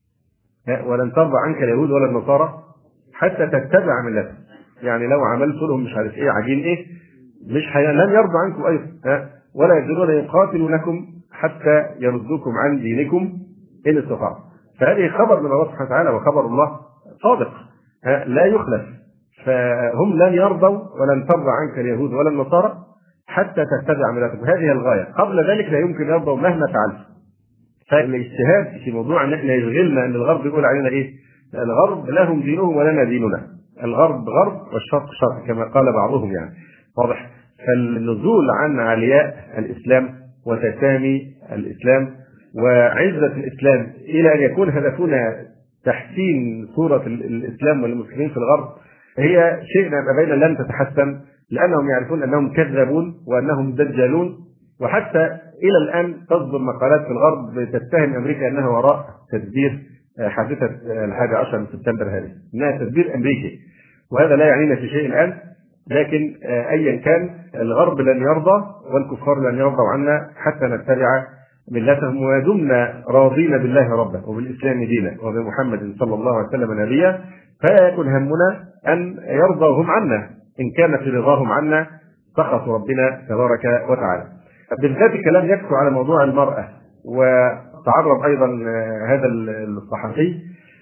ولن ترضى عنك اليهود ولا النصارى حتى تتبع ملتهم. يعني لو عملت لهم مش عارف عجين مش لن يرضى عنكم أيضا، ولا يقدرون يقاتلونكم حتى يردوكم عن دينكم إن استطاعوا. فهذه خبر من الله سبحانه وتعالى وخبر الله صادق لا يخلف. فهم لن يرضوا ولن ترضى عنك اليهود ولا النصارى حتى تتبع ملتهم. هذه الغاية، قبل ذلك لا يمكن يرضوا مهما فعلت. فالاجتهاد في موضوع ان احنا يشغلنا ان الغرب يقول علينا الغرب لهم دينهم ولنا ديننا، الغرب غرب والشرق شرق كما قال بعضهم، يعني واضح. فالنزول عن علياء الاسلام وتسامي الاسلام وعزة الاسلام الى ان يكون هدفنا تحسين صورة الاسلام والمسلمين في الغرب هي شيء بين لن تتحسن، لانهم يعرفون انهم كذابون وانهم دجالون. وحتى الى الان تصدر مقالات في الغرب تتهم امريكا انها وراء تدبير حادثه 11 من سبتمبر هذه، انها تدبير امريكي، وهذا لا يعنينا في شيء الان. لكن ايا كان الغرب لن يرضى والكفار لن يرضوا عنا حتى نتبع ملتهم ودمنا راضين بالله ربا وبالاسلام دينا وبمحمد صلى الله عليه وسلم نبيا، فيكن همنا ان يرضوا هم عنا. ان كان في رضاهم عنا سخط ربنا تبارك وتعالى. بالذات الكلام يكفي على موضوع المرأة. وتعرض أيضا هذا الصحفي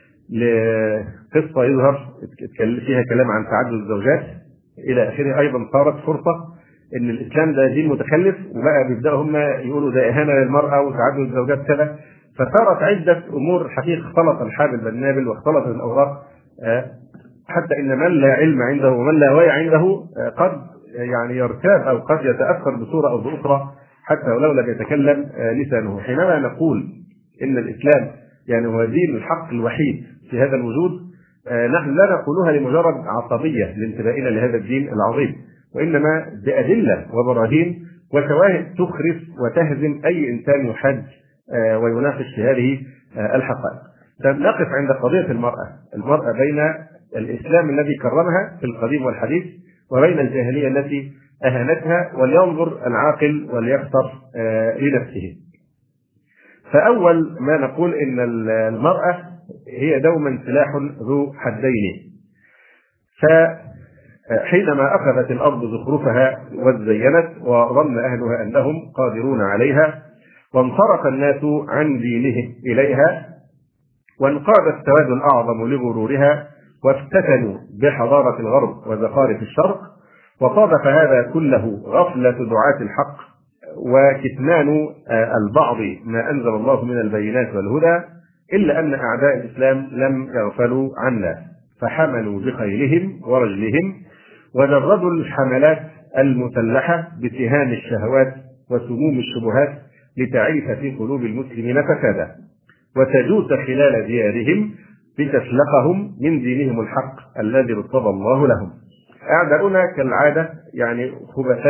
لقصة يظهر فيها كلام عن تعدد الزوجات إلى آخره. أيضا صارت فرصة إن الإسلام ده دين متخلف، وبقى بيبدأوا هم يقولوا ده إهانة للمرأة وتعدد الزوجات كذا. فصارت عدة أمور حقيقة اختلط الحابل بالنابل واختلطت الأوراق، حتى إن من لا علم عنده ومن لا وعي عنده قد يعني يرتاب أو قد يتأثر بصورة أو بأخرى حتى ولو لم يتكلم لسانه. حينما نقول إن الإسلام يعني هو دين الحق الوحيد في هذا الوجود، نحن لا نقولها لمجرد عصبية لانتبائنا لهذا الدين العظيم، وإنما بأدلة وبراهين وشواهد تخرس وتهزم أي إنسان يحج ويناقش في هذه الحقائق. نقف عند قضية المرأة بين الإسلام الذي كرمها في القديم والحديث وبين الجاهلية التي أهانتها، ولينظر العاقل وليختر لنفسه. فأول ما نقول إن المرأة هي دوما سلاح ذو حدين. فحينما أخذت الأرض زخرفها وزينت وظن أهلها أنهم قادرون عليها وانصرف الناس عن دينهم إليها وانقاد السواد الأعظم لغرورها وافتتنوا بحضارة الغرب وزخارف الشرق، وصادف هذا كله غفلة دعاة الحق وكتمان البعض ما أنزل الله من البينات والهدى، إلا أن أعداء الإسلام لم يغفلوا عنا، فحملوا بخيلهم ورجلهم وجردوا الحملات المسلحة بسهام الشهوات وسموم الشبهات لتعيث في قلوب المسلمين فسادا وتجوس خلال ديارهم لتسلخهم من دينهم الحق الذي ارتضى الله لهم. أعداؤنا كالعادة يعني خبثاء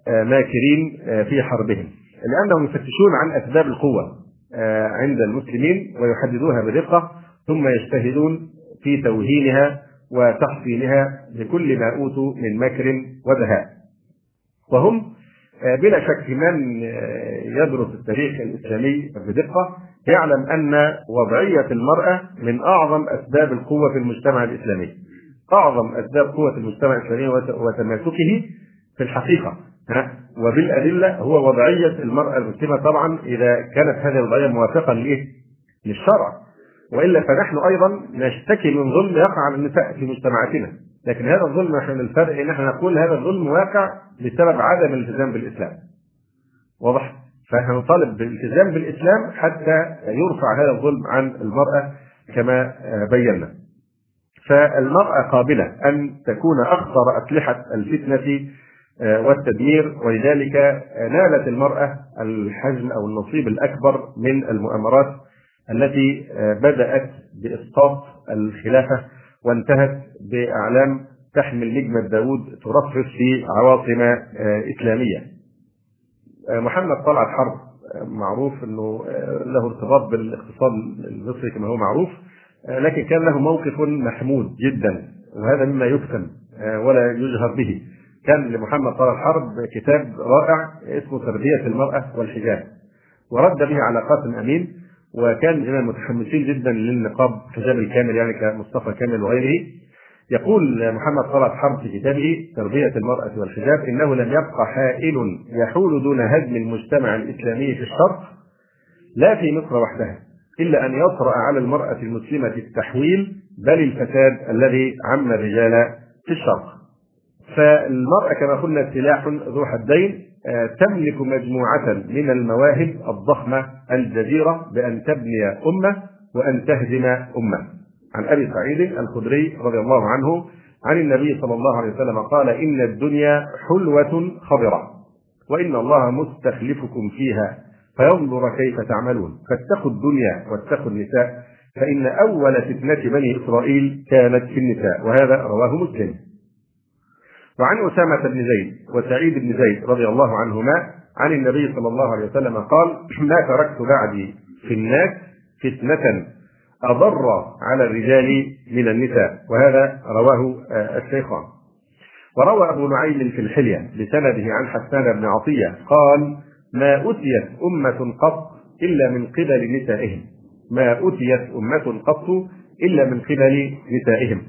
ماكرين في حربهم، لأنهم يفتشون عن أسباب القوة عند المسلمين ويحددوها بدقة، ثم يجتهدون في توهينها وتحصيلها بكل ما أوتوا من مكر ودهاء. وهم بلا شك من يدرس التاريخ الإسلامي بدقة يعلم أن وضعية المرأة من أعظم أسباب القوة في المجتمع الإسلامي. أعظم أسباب قوة المجتمع الإسلامي وتماسكه في الحقيقة وبالأدلة هو وضعية المرأة المسلمة، طبعا إذا كانت هذه الوضعية موافقة للشرع، وإلا فنحن أيضا نشتكي من ظلم يقع على النساء في مجتمعاتنا، لكن هذا الظلم نحن الفرق ان احنا نقول هذا الظلم واقع بسبب عدم الالتزام بالإسلام. واضح؟ فنحن نطالب بالالتزام بالإسلام حتى يرفع هذا الظلم عن المرأة كما بينا. فالمرأة قابلة أن تكون أخطر أسلحة الفتنة والتدمير، ولذلك نالت المرأة الحجم أو النصيب الأكبر من المؤامرات التي بدأت بإسقاط الخلافة وانتهت بأعلام تحمل نجمة داود ترفرف في عواصم إسلامية. محمد طلعت حرب معروف أنه له ارتباط بالاقتصاد المصري كما هو معروف، لكن كان له موقف محمود جدا، وهذا مما يكتم ولا يجهر به. كان لمحمد طلعت حرب كتاب رائع اسمه تربية المرأة والحجاب، ورد به على قاسم أمين، وكان من المتحمسين جدا للنقاب الحجاب الكامل يعني كمصطفى كامل وغيره. يقول محمد طلعت حرب في كتابه تربية المرأة والحجاب: إنه لم يبقى حائل يحول دون هدم المجتمع الإسلامي في الشرق لا في مصر وحدها إلا أن يطرأ على المرأة المسلمة التحويل بل الفساد الذي عم الرجال في الشرق. فالمرأة كما قلنا سلاح ذو حدين، تملك مجموعة من المواهب الضخمة الجديرة بأن تبني أمة وأن تهدم أمة. عن أبي سعيد الخدري رضي الله عنه عن النبي صلى الله عليه وسلم قال: إن الدنيا حلوة خضرة وإن الله مستخلفكم فيها فينظر كيف تعملون، فاتقوا الدنيا واتقوا النساء فإن أول فتنة بني إسرائيل كانت في النساء. وهذا رواه مسلم. وعن أسامة بن زيد وسعيد بن زيد رضي الله عنهما عن النبي صلى الله عليه وسلم قال: ما تركت بعدي في الناس فتنة أضر على الرجال من النساء. وهذا رواه الشيخان. وروى أبو نعيم في الحلية بسنده عن حسان بن عطية قال: ما أتيت أمة قط إلا من قبل نسائهم، ما أتيت أمة قط إلا من قبل نسائهم.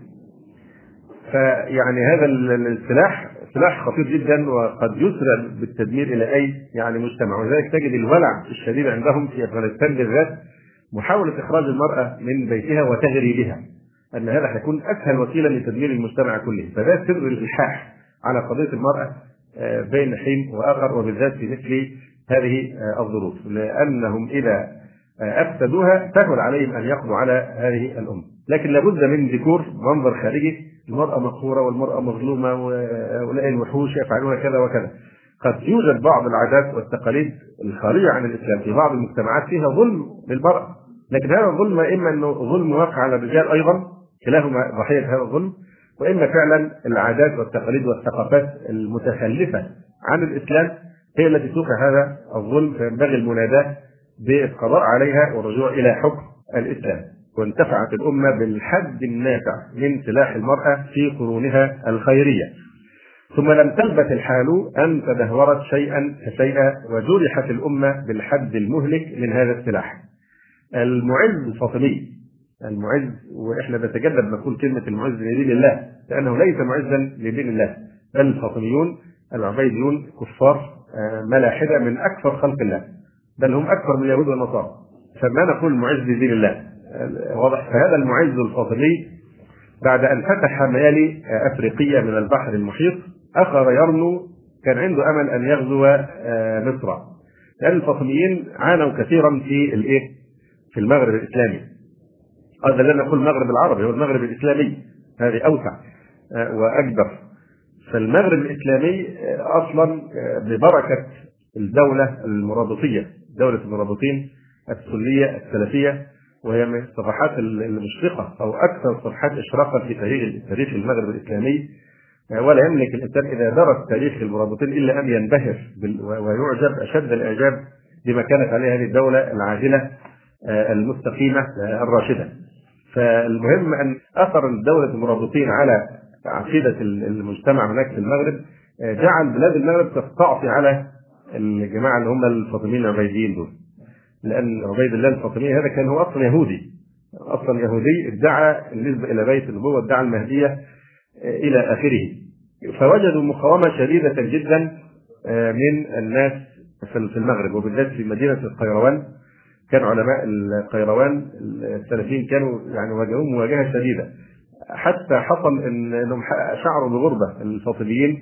فيعني هذا السلاح سلاح خطير جدا، وقد يسرع بالتدمير الى اي مجتمع. ولذلك تجد الولع الشديد عندهم في افغانستان بالذات محاوله اخراج المراه من بيتها وتغري بها، ان هذا هيكون اسهل وسيله لتدمير المجتمع كله. فده سر الالحاح على قضيه المراه بين حين واخر، وبالذات في مثل هذه الظروف، لانهم اذا افسدوها سهل عليهم ان يقضوا على هذه الامه. لكن لابد من ذكور منظر خارجي: المرأة مقهورة والمرأة مظلومة وأولئك الوحوش يفعلون كذا وكذا. قد يوجد بعض العادات والتقاليد الخارجة عن الإسلام في بعض المجتمعات فيها ظلم للمرأة، لكن هذا الظلم إما أنه ظلم واقع على الرجال أيضا، كلاهما ضحية هذا الظلم، وإما فعلا العادات والتقاليد والثقافات المتخلفة عن الإسلام هي التي توقع هذا الظلم. فينبغي المناداة بالقضاء عليها والرجوع إلى حكم الإسلام. وانتفعت الأمة بالحد النافع من سلاح المرأة في قرونها الخيرية، ثم لم تلبث الحال أن تدهورت شيئا فشيئا وجرحت الأمة بالحد المهلك من هذا السلاح. المعز الفاطمي، المعز، وإحنا نتجنب نقول كلمة المعز لدين الله لأنه ليس معزا لدين الله، بل الفاطميون العبيديون كفار ملاحدة من أكثر خلق الله، بل هم أكثر من اليهود والنصارى، فما نقول معز لدين الله. واضح. فهذا المعز الفاطمي بعد أن فتح ميالي أفريقية من البحر المحيط أخذ يرنو، كان عنده أمل أن يغزو مصر، لأن الفاطميين عانوا كثيرا في المغرب الإسلامي. هذا لا نقول المغرب العربي، هو المغرب الإسلامي، هذه أوسع وأكبر. فالمغرب الإسلامي أصلا ببركة الدولة المرابطية، دولة المرابطين السنية السلفية، وهي من الصفحات المشرقة أو أكثر صفحات إشراقا في تاريخ المغرب الإسلامي، ولا يملك الإنسان إذا درس تاريخ المرابطين إلا أن ينبهر ويعجب أشد الإعجاب بما كانت عليه هذه الدولة العادلة المستقيمة الراشدة. فالمهم أن أثر دولة المرابطين على عقيدة المجتمع هناك في المغرب جعل بلاد المغرب تستعصي على الجماعة اللي هم الفاطميين العبيديين دول، لأن عبيد الله الفاطمي هذا كان هو أصلا يهودي، أصلا يهودي ادعى النسبة إلى بيت النبوة، ادعى المهدية إلى آخره. فوجدوا مقاومة شديدة جدا من الناس في المغرب، وبالذات في مدينة القيروان. كان علماء القيروان السلفيين كانوا يعني واجهوهم مواجهة شديدة، حتى حصل انهم شعروا بغربة الفاطميين،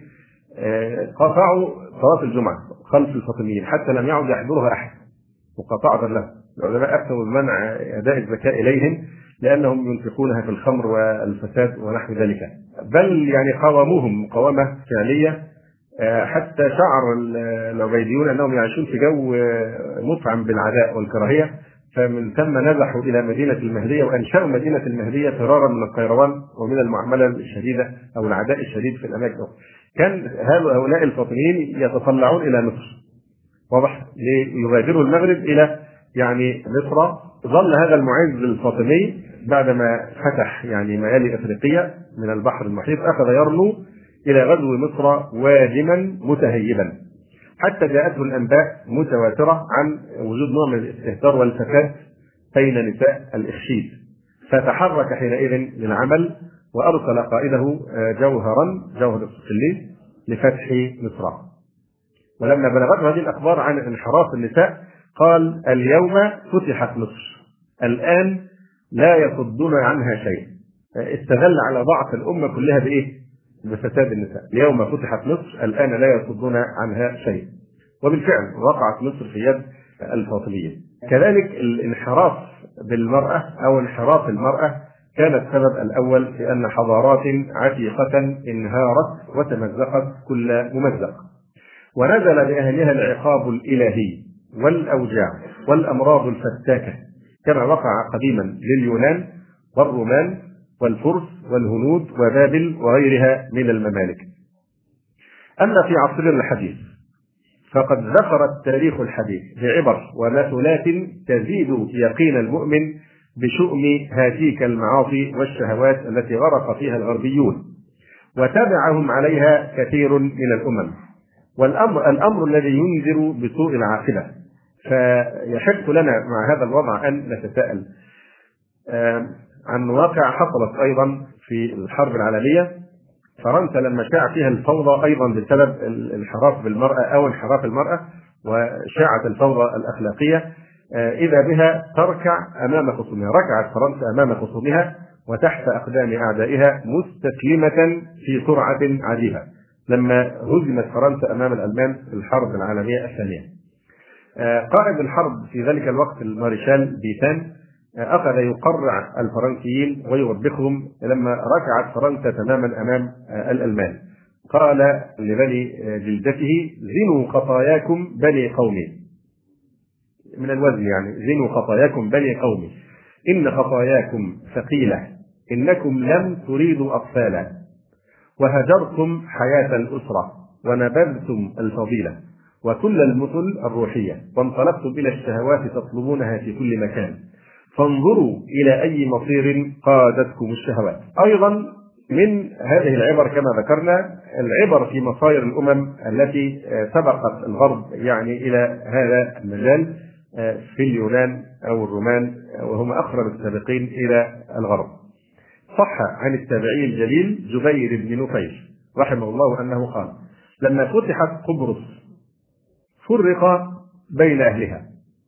قاطعوا صلاة الجمعة خلف الفاطميين حتى لم يعد يحضرها أحد مقاطعة له. العلماء أفتوا بمنع أداء الزكاة إليهم لأنهم ينفقونها في الخمر والفساد ونحو ذلك، بل يعني قاوموهم مقاومة فعلية، حتى شعر العبيديون أنهم يعيشون في جو مطعم بالعداء والكراهية. فمن ثم نزحوا إلى مدينة المهدية وأنشأوا مدينة المهدية فرارا من القيروان ومن المعاملة الشديدة أو العداء الشديد في الأماكن. كان هؤلاء الفاطميين يتطلعون إلى مصر، واضح، ليغادروا المغرب إلى يعني مصر. ظل هذا المعز الفاطمي بعدما فتح يعني ميالي أفريقيا من البحر المحيط أخذ يرنو إلى غزو مصر واجما متهيبا، حتى جاءته الأنباء متواترة عن وجود نوع من الاستهتار والفساد بين نساء الإخشيد، فتحرك حينئذ للعمل وأرسل قائده جوهر الصقلي لفتح مصر. ولما بلغته هذه الأخبار عن انحراف النساء قال: اليوم فتحت مصر، الآن لا يصدون عنها شيء. استدل على ضعف الأمة كلها بإيه؟ بفساد النساء. اليوم فتحت مصر، الآن لا يصدون عنها شيء. وبالفعل وقعت مصر في يد الفاطميين. كذلك الانحراف بالمرأة أو انحراف المرأة كان السبب الأول في أن حضارات عتيقة انهارت وتمزقت كل ممزق، ونزل بأهلها العقاب الإلهي والأوجاع والأمراض الفتاكة كما وقع قديما لليونان والرومان والفرس والهنود وبابل وغيرها من الممالك. أما في عصرنا الحديث فقد ذكر التاريخ الحديث بعبر ومثلات تزيد يقين المؤمن بشؤم هاتيك المعاصي والشهوات التي غرق فيها الغربيون وتبعهم عليها كثير من الأمم، والأمر الذي ينذر بسوء العاقبة. فيحق لنا مع هذا الوضع أن نتساءل عن واقع حصلت أيضا في الحرب العالمية. فرنسا لما شاع فيها الفوضى أيضا بسبب الانحراف بالمرأة أو انحراف المرأة وشاعت الفوضى الأخلاقية، إذا بها تركع أمام خصومها. ركعت فرنسا أمام خصومها وتحت أقدام أعدائها مستسلمة في سرعة عجيبة لما هزمت فرنسا أمام الألمان في الحرب العالمية الثانية. قائد الحرب في ذلك الوقت المارشال بيتان أخذ يقرع الفرنسيين ويوبخهم لما ركعت فرنسا تماما أمام الألمان. قال لبني جلدته: زنوا خطاياكم بني قومي، من الوزن يعني زنوا خطاياكم بني قومي، إن خطاياكم ثقيلة، إنكم لم تريدوا أطفالا وهجرتم حياة الأسرة ونبذتم الفضيلة وكل المثل الروحية وانطلقتم إلى الشهوات تطلبونها في كل مكان، فانظروا إلى أي مصير قادتكم الشهوات. أيضا من هذه العبر كما ذكرنا العبر في مصائر الأمم التي سبقت الغرب يعني إلى هذا المجال في اليونان أو الرومان، وهم أقرب السابقين إلى الغرب. صح عن التابعي الجليل جبير بن نفير رحمه الله أنه قال: لما فتحت قبرص فرق بين أهلها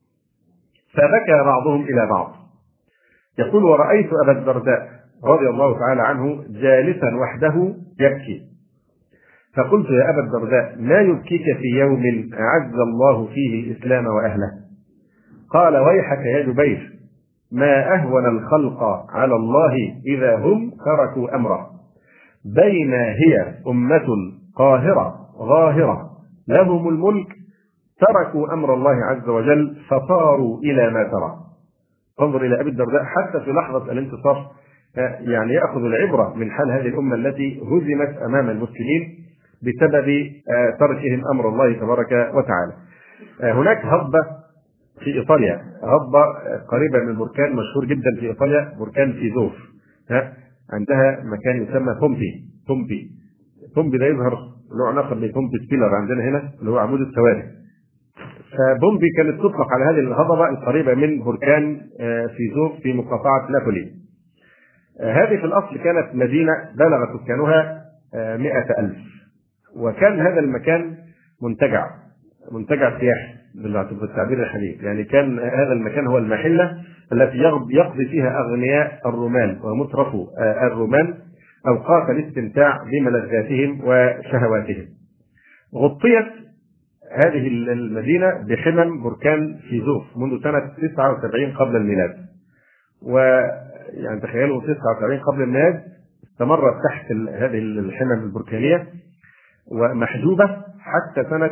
فبكى بعضهم إلى بعض. يقول: ورأيت أبا الدرداء رضي الله تعالى عنه جالسا وحده يبكي، فقلت: يا أبا الدرداء ما يبكيك في يوم أعز الله فيه الإسلام وأهله؟ قال: ويحك يا جبير، ما أهون الخلق على الله إذا هم تركوا أمره، بين هي أمة قاهرة ظاهرة لهم الملك تركوا أمر الله عز وجل فصاروا إلى ما ترى. انظر إلى أبي الدرداء حتى في لحظة الانتصار يعني يأخذ العبرة من حال هذه الأمة التي هزمت أمام المسلمين بسبب تركهم أمر الله تبارك وتعالى. هناك هضبة في إيطاليا، هضبة قريبة من بركان مشهور جدا في إيطاليا، بركان فيزوف. عندها مكان يسمى بومبي ده يظهر نوع آخر من بومبي سبيلر عندنا هنا اللي هو عمود السواري. فبومبي كانت تطلق على هذه الهضبة القريبة من بركان فيزوف في مقاطعة نابولي. هذه في الأصل كانت مدينة بلغ سكانها 100,000، وكان هذا المكان منتجع سياحي بالتعبير الحديث. يعني كان هذا المكان هو المحلة التي يقضي فيها أغنياء الرومان ومترفو الرومان أوقات الاستمتاع بملذاتهم وشهواتهم. غطيت هذه المدينة بحمم بركان فيزوف منذ سنة 79 قبل الميلاد، ويعني تخيلوا 79 قبل الميلاد استمرت تحت هذه الحمم البركانية ومحجوبة حتى سنة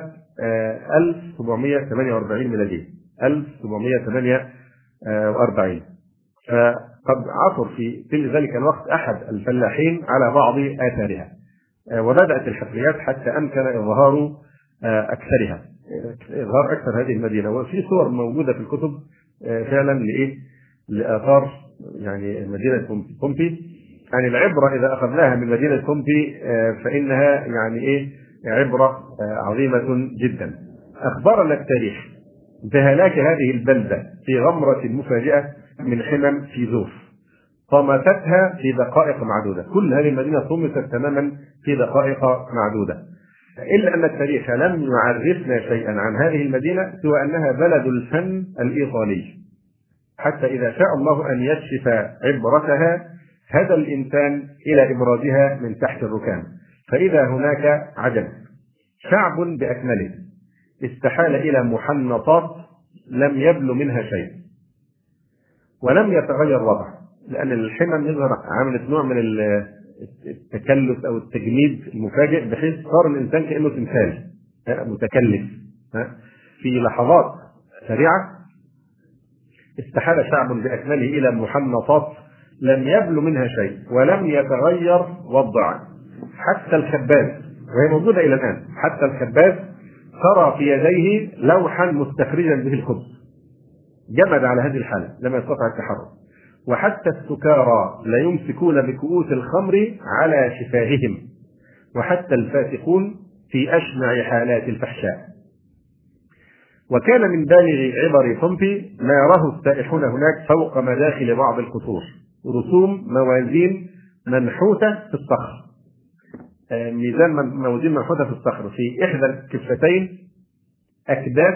1748 ميلادية. 1748 فقد عثر في ذلك الوقت أحد الفلاحين على بعض آثارها، وبدأت الحفريات حتى أمكن إظهار أكثر هذه المدينة. وفي صور موجودة في الكتب فعلا لآثار يعني مدينة بومبي. يعني العبرة إذا أخذناها من مدينة بومبي فإنها يعني عبرة عظيمة جدا. أخبرنا التاريخ بهلاك هذه البلدة في غمرة مفاجئة من حمم فيزوف طمستها في دقائق معدودة. كل هذه المدينة طمست تماما في دقائق معدودة، إلا أن التاريخ لم يعرفنا شيئا عن هذه المدينة سوى أنها بلد الفن الإيطالي، حتى إذا شاء الله أن يكشف عبرتها هذا الإنسان إلى إبرازها من تحت الركام. فإذا هناك عجب، شعب بأكمله استحال إلى محنطات لم يبلو منها شيء ولم يتغير وضعه، لأن الحمم يظهر عملت نوع من التكلف أو التجميد المفاجئ، بحيث صار الإنسان كأنه تمثال متكلف. في لحظات سريعة استحال شعب بأكمله إلى محنطات لم يبلو منها شيء ولم يتغير وضعه. حتى الخباز، وهي موجودة إلى الآن، حتى الخباز ترى في يديه لوحا مستخرجا به الخبز، جمد على هذه الحالة لم يستطع التحرك. وحتى السكارى لا يمسكون بكؤوس الخمر على شفاههم، وحتى الفاسقون في أشنع حالات الفحشاء. وكان من بالغ عبر بومبي ما يراه السائحون هناك فوق مداخل بعض القصور رسوم موازين منحوتة في الصخر، موازين منحوتة في الصخر، في إحدى الكفتين أكداس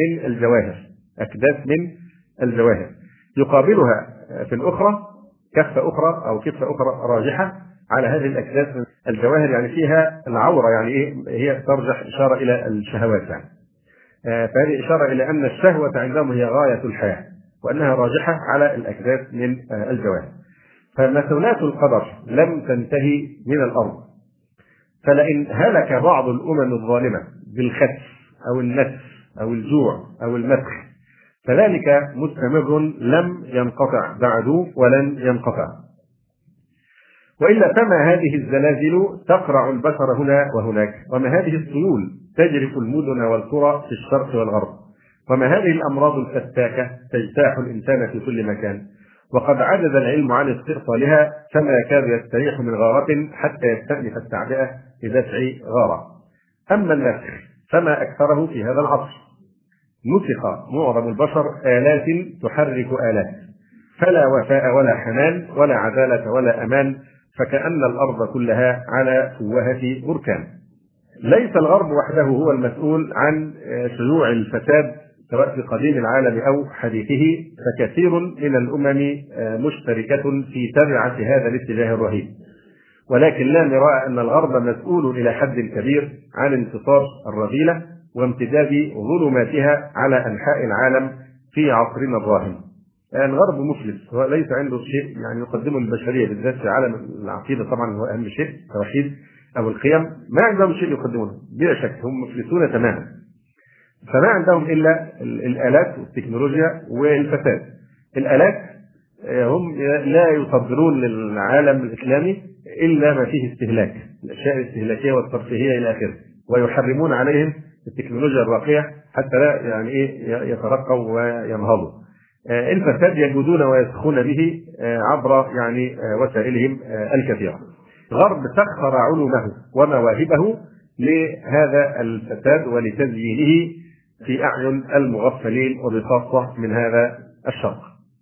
من الجواهر يقابلها في الأخرى كفة أخرى راجحة على هذه الأكداس من الجواهر، يعني فيها العورة، يعني هي ترجح إشارة إلى الشهوات يعني. فهذه إشارة إلى أن الشهوة عندهم هي غاية الحياة، وأنها راجحة على الأكداس من الجواهر. فمثلات القدر لم تنتهي من الأرض، فلئن هلك بعض الأمم الظالمة بالخسف أو النسف أو الجوع أو المسخ فذلك مستمر لم ينقطع بعد ولن ينقطع. وإلا فما هذه الزلازل تقرع البشر هنا وهناك، وما هذه السيول تجرف المدن والقرى في الشرق والغرب، وما هذه الأمراض الفتاكة تجتاح الإنسان في كل مكان. وقد عجز العلم عن استئصالها، فما يكاد يستريح من غارة حتى يستأنف التعبئة بدفع غارة. أما النسخ فما أكثره في هذا العصر. نسخ معظم البشر آلات تحرك آلات، فلا وفاء ولا حنان ولا عدالة ولا أمان، فكأن الأرض كلها على فوهة بركان. ليس الغرب وحده هو المسؤول عن شيوع الفساد سواء في قديم العالم أو حديثه، فكثير من الأمم مشتركة في تبعة هذا الاتجاه الرهيب. ولكن لا مراء أن الغرب مسؤول إلى حد كبير عن انتصار الرذيلة وامتداد ظلماتها على أنحاء العالم في عصرنا الراهن. الغرب مفلس، هو ليس عنده شيء يعني يقدمه للبشرية، بالذات في عالم العقيدة طبعا هو أهم شيء، التوحيد أو القيم، ما عندهم شيء يقدمونه بلا شك، هم مفلسون تماما. فما عندهم إلا الآلات والتكنولوجيا والفساد. الآلات هم لا يصدرون للعالم الإسلامي إلا ما فيه استهلاك، الأشياء الاستهلاكية والترفيهية إلى آخره، ويحرمون عليهم التكنولوجيا الراقية حتى لا يعني يترقوا وينهضوا. الفساد يجودون ويسخون به عبر يعني وسائلهم الكثيرة. الغرب سخر علومه ومواهبه لهذا الفساد ولتزيينه في أعين المغفلين وبخاصة من هذا الشرق.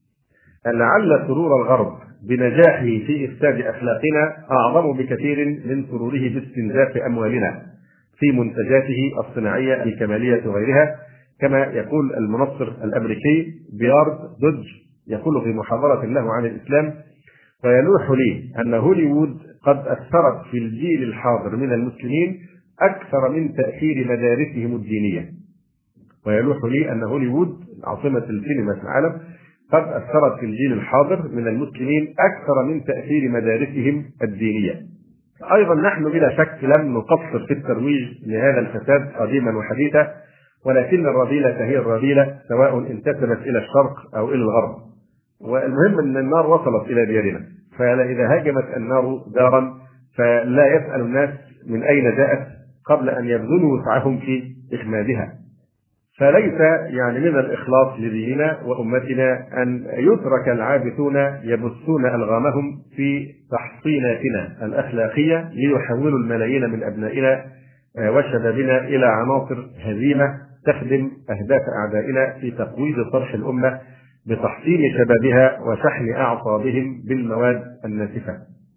لعل سرور الغرب بنجاحه في إفساد أخلاقنا أعظم بكثير من سروره باستنزاف أموالنا في منتجاته الصناعية الكمالية وغيرها، كما يقول المنصر الأمريكي بيارد دوج، يقول في محاضرة له عن الإسلام: ويلوح لي أن هوليوود قد أثرت في الجيل الحاضر من المسلمين أكثر من تأثير مدارسهم الدينية. ويلوح لي أن هوليوود عاصمة السينما في العالم قد أثرت في الجيل الحاضر من المسلمين أكثر من تأثير مدارسهم الدينية. أيضا نحن بلا شك لم نقصر في الترويج لهذا الفساد قديما وحديثا، ولكن الرذيلة هي الرذيلة سواء انتسبت إلى الشرق أو إلى الغرب، والمهم أن النار وصلت إلى ديارنا. فإذا هاجمت النار دارا فلا يسأل الناس من أين جاءت قبل أن يبذلوا وسعهم في إخمادها. فليس يعني من الإخلاص لديننا وأمتنا أن يترك العابثون يبثون ألغامهم في تحصيناتنا الأخلاقية ليحولوا الملايين من أبنائنا وشبابنا إلى عناصر هزيمة تخدم أهداف أعدائنا في تقويض طرح الأمة بتحصين شبابها وشحن أعصابهم بالمواد الناسفة.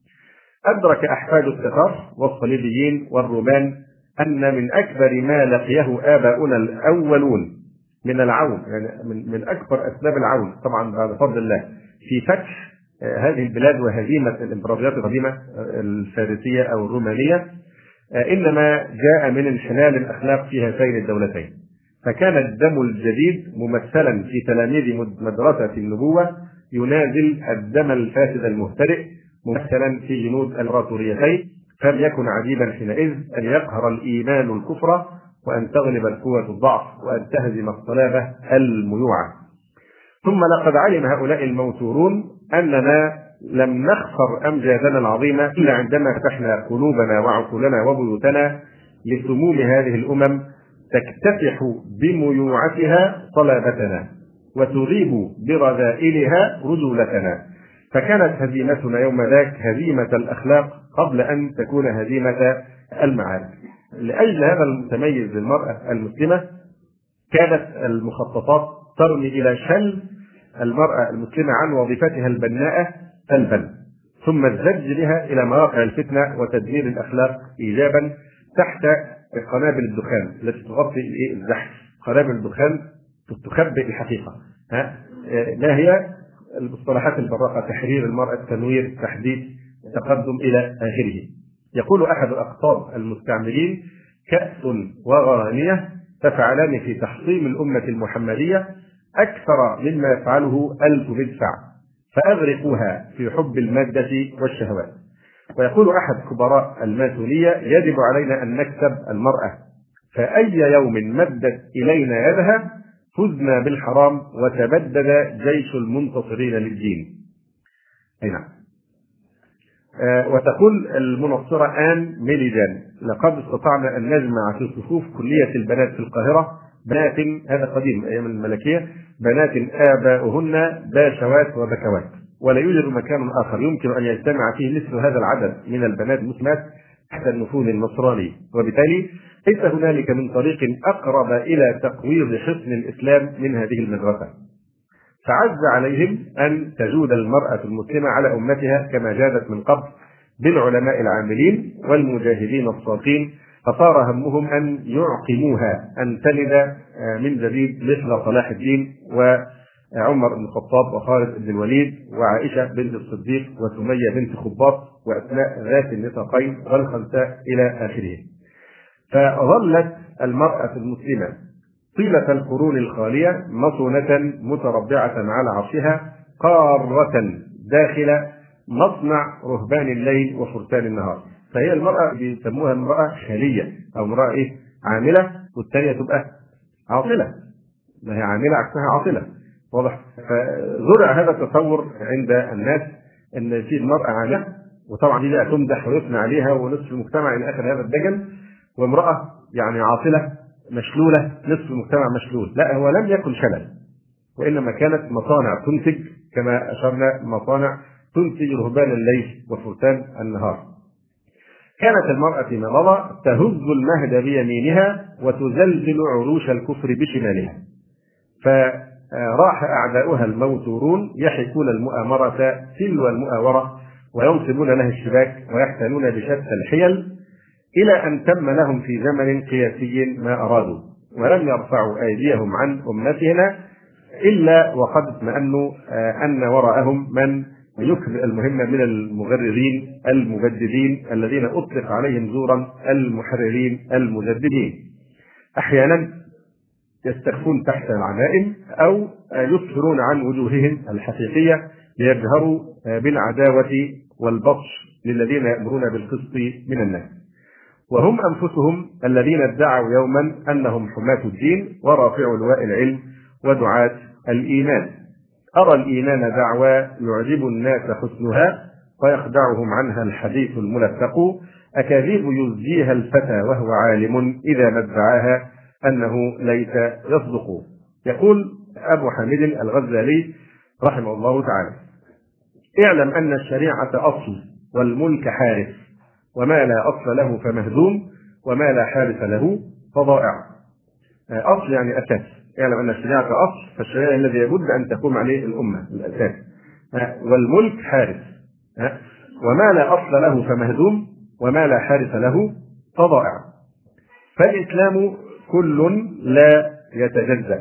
أدرك أحفاد التتار والصليبيين والرومان أن من أكبر ما لقيه آباؤنا الأولون من العون، يعني من أكبر أسباب العون طبعا بعد فضل الله في فتح هذه البلاد وهزيمة الإمبراطوريات القديمة الفارسية أو الرومانية، إنما جاء من انحلال الأخلاق في هاتين الدولتين. فكان الدم الجديد ممثلا في تلاميذ مدرسة النبوة ينازل الدم الفاسد المهترئ ممثلا في جنود الإمبراطوريتين، فلم يكن عجيبا حينئذ أن يقهر الإيمان الكفر وأن تغلب القوة الضعف وأن تهزم الصلابة الميوعة. ثم لقد علم هؤلاء الموتورون أننا لم نخسر أمجادنا العظيمة إلا عندما فتحنا قلوبنا وعقولنا وبيوتنا لسموم هذه الأمم تكتسح بميوعتها صلابتنا وتغيب برذائلها رجولتنا. فكانت هزيمتنا يوم ذاك هزيمة الأخلاق قبل أن تكون هزيمة المعارك. لأجل هذا المتميز للمرأة المسلمة كانت المخططات ترمي إلى شل المرأة المسلمة عن وظيفتها البناءة سلبا، ثم الزج بها إلى مواقع الفتنة وتدمير الأخلاق إيجابا تحت قنابل الدخان التي تغطي الزحف. قنابل الدخان تخبئ الحقيقة. ما هي المصطلحات البراقة؟ تحرير المرأة، التنوير، التحديث، التقدم إلى آخره. يقول أحد أقطاب المستعمرين: كأس وغرانية تفعلان في تحطيم الأمة المحمدية أكثر مما يفعله 1000 مدفع، فأغرقوها في حب المادة والشهوات. ويقول أحد كبراء الماسونية: يجب علينا أن نكسب المرأة، فأي يوم مدت إلينا يدها فزنا بالحرام وتبدد جيش المنتصرين للدين. أي نعم. وتقول المنصرة آن ميليجان: لقد استطعنا أن نجمع في صفوف كلية البنات في القاهرة بنات، هذا قديم أيام الملكية، بنات آباؤهن باشوات وبكوات، ولا يوجد مكان آخر يمكن أن يجتمع فيه مثل هذا العدد من البنات المسلمات تحت النفوذ النصراني، وبالتالي ليس هنالك من طريق أقرب إلى تقويض حصن الإسلام من هذه المدرسة. فعز عليهم أن تجود المرأة المسلمة على أمتها كما جادت من قبل بالعلماء العاملين والمجاهدين الصادقين، فصار همهم أن يعقموها أن تلد من جديد مثل صلاح الدين وعمر بن الخطاب وخالد بن الوليد وعائشة بنت الصديق وسمية بنت خباط وأسماء ذات النطاقين والخنساء إلى آخره. فظلت المرأة المسلمة طيلة القرون الخالية مصونة متربعة على عرشها قارة داخل مصنع رهبان الليل وفرسان النهار. فهي المرأة بيسموها امرأة خالية أو امرأة عاملة، والثانية تبقى عاطلة. ما هي عاملة عكسها عاطلة. واضح؟ فزرع هذا التصور عند الناس ان في المراه عاليه، وطبعا دي بقى تمدح ويثنى عليها ونصف المجتمع الى اخر هذا الدجل، وامراه يعني عاطله مشلوله نصف المجتمع مشلول. لا، هو لم يكن شلل، وانما كانت مصانع تنتج، كما اشرنا مصانع تنتج رهبان الليل وفرسان النهار. كانت المرأة فيما مضى تهز المهد بيمينها وتزلزل عروش الكفر بشمالها، فراح أعداؤها الموتورون يحكون المؤامرة تلو المؤامرة وينصبون لها الشباك ويحتالون بشتى الحيل، إلى أن تم لهم في زمن قياسي ما أرادوا، ولم يرفعوا أيديهم عن أمتنا إلا وقد اطمأنوا أن وراءهم من يكمل المهمة من المغررين المجددين الذين أطلق عليهم زورا المحررين المجددين. أحيانا يستخفون تحت العمائم أو يظهرون عن وجوههم الحقيقية ليجهروا بالعداوة والبطش للذين يأمرون بالقسط من الناس، وهم أنفسهم الذين ادعوا يوما أنهم حماة الدين ورافعوا لواء العلم ودعاة الإيمان. أرى الإيمان دعوى يعجب الناس حسنها ويخدعهم عنها الحديث الملفق، أكاذيب يزجيها الفتى وهو عالم إذا ما ادعاها أنه ليس يصدق. يقول أبو حامد الغزالي رحمه الله تعالى: اعلم أن الشريعة أصل والملك حارس، وما لا أصل له فمهدوم، وما لا حارس له فضائع. أصل يعني أساس، اعلم أن الشريعة أصل، فالشريعة الذي يجب أن تقوم عليه الأمة الأساس، والملك حارس، وما لا أصل له فمهدوم، وما لا حارس له فضائع. فالإسلام كل لا يتجزأ.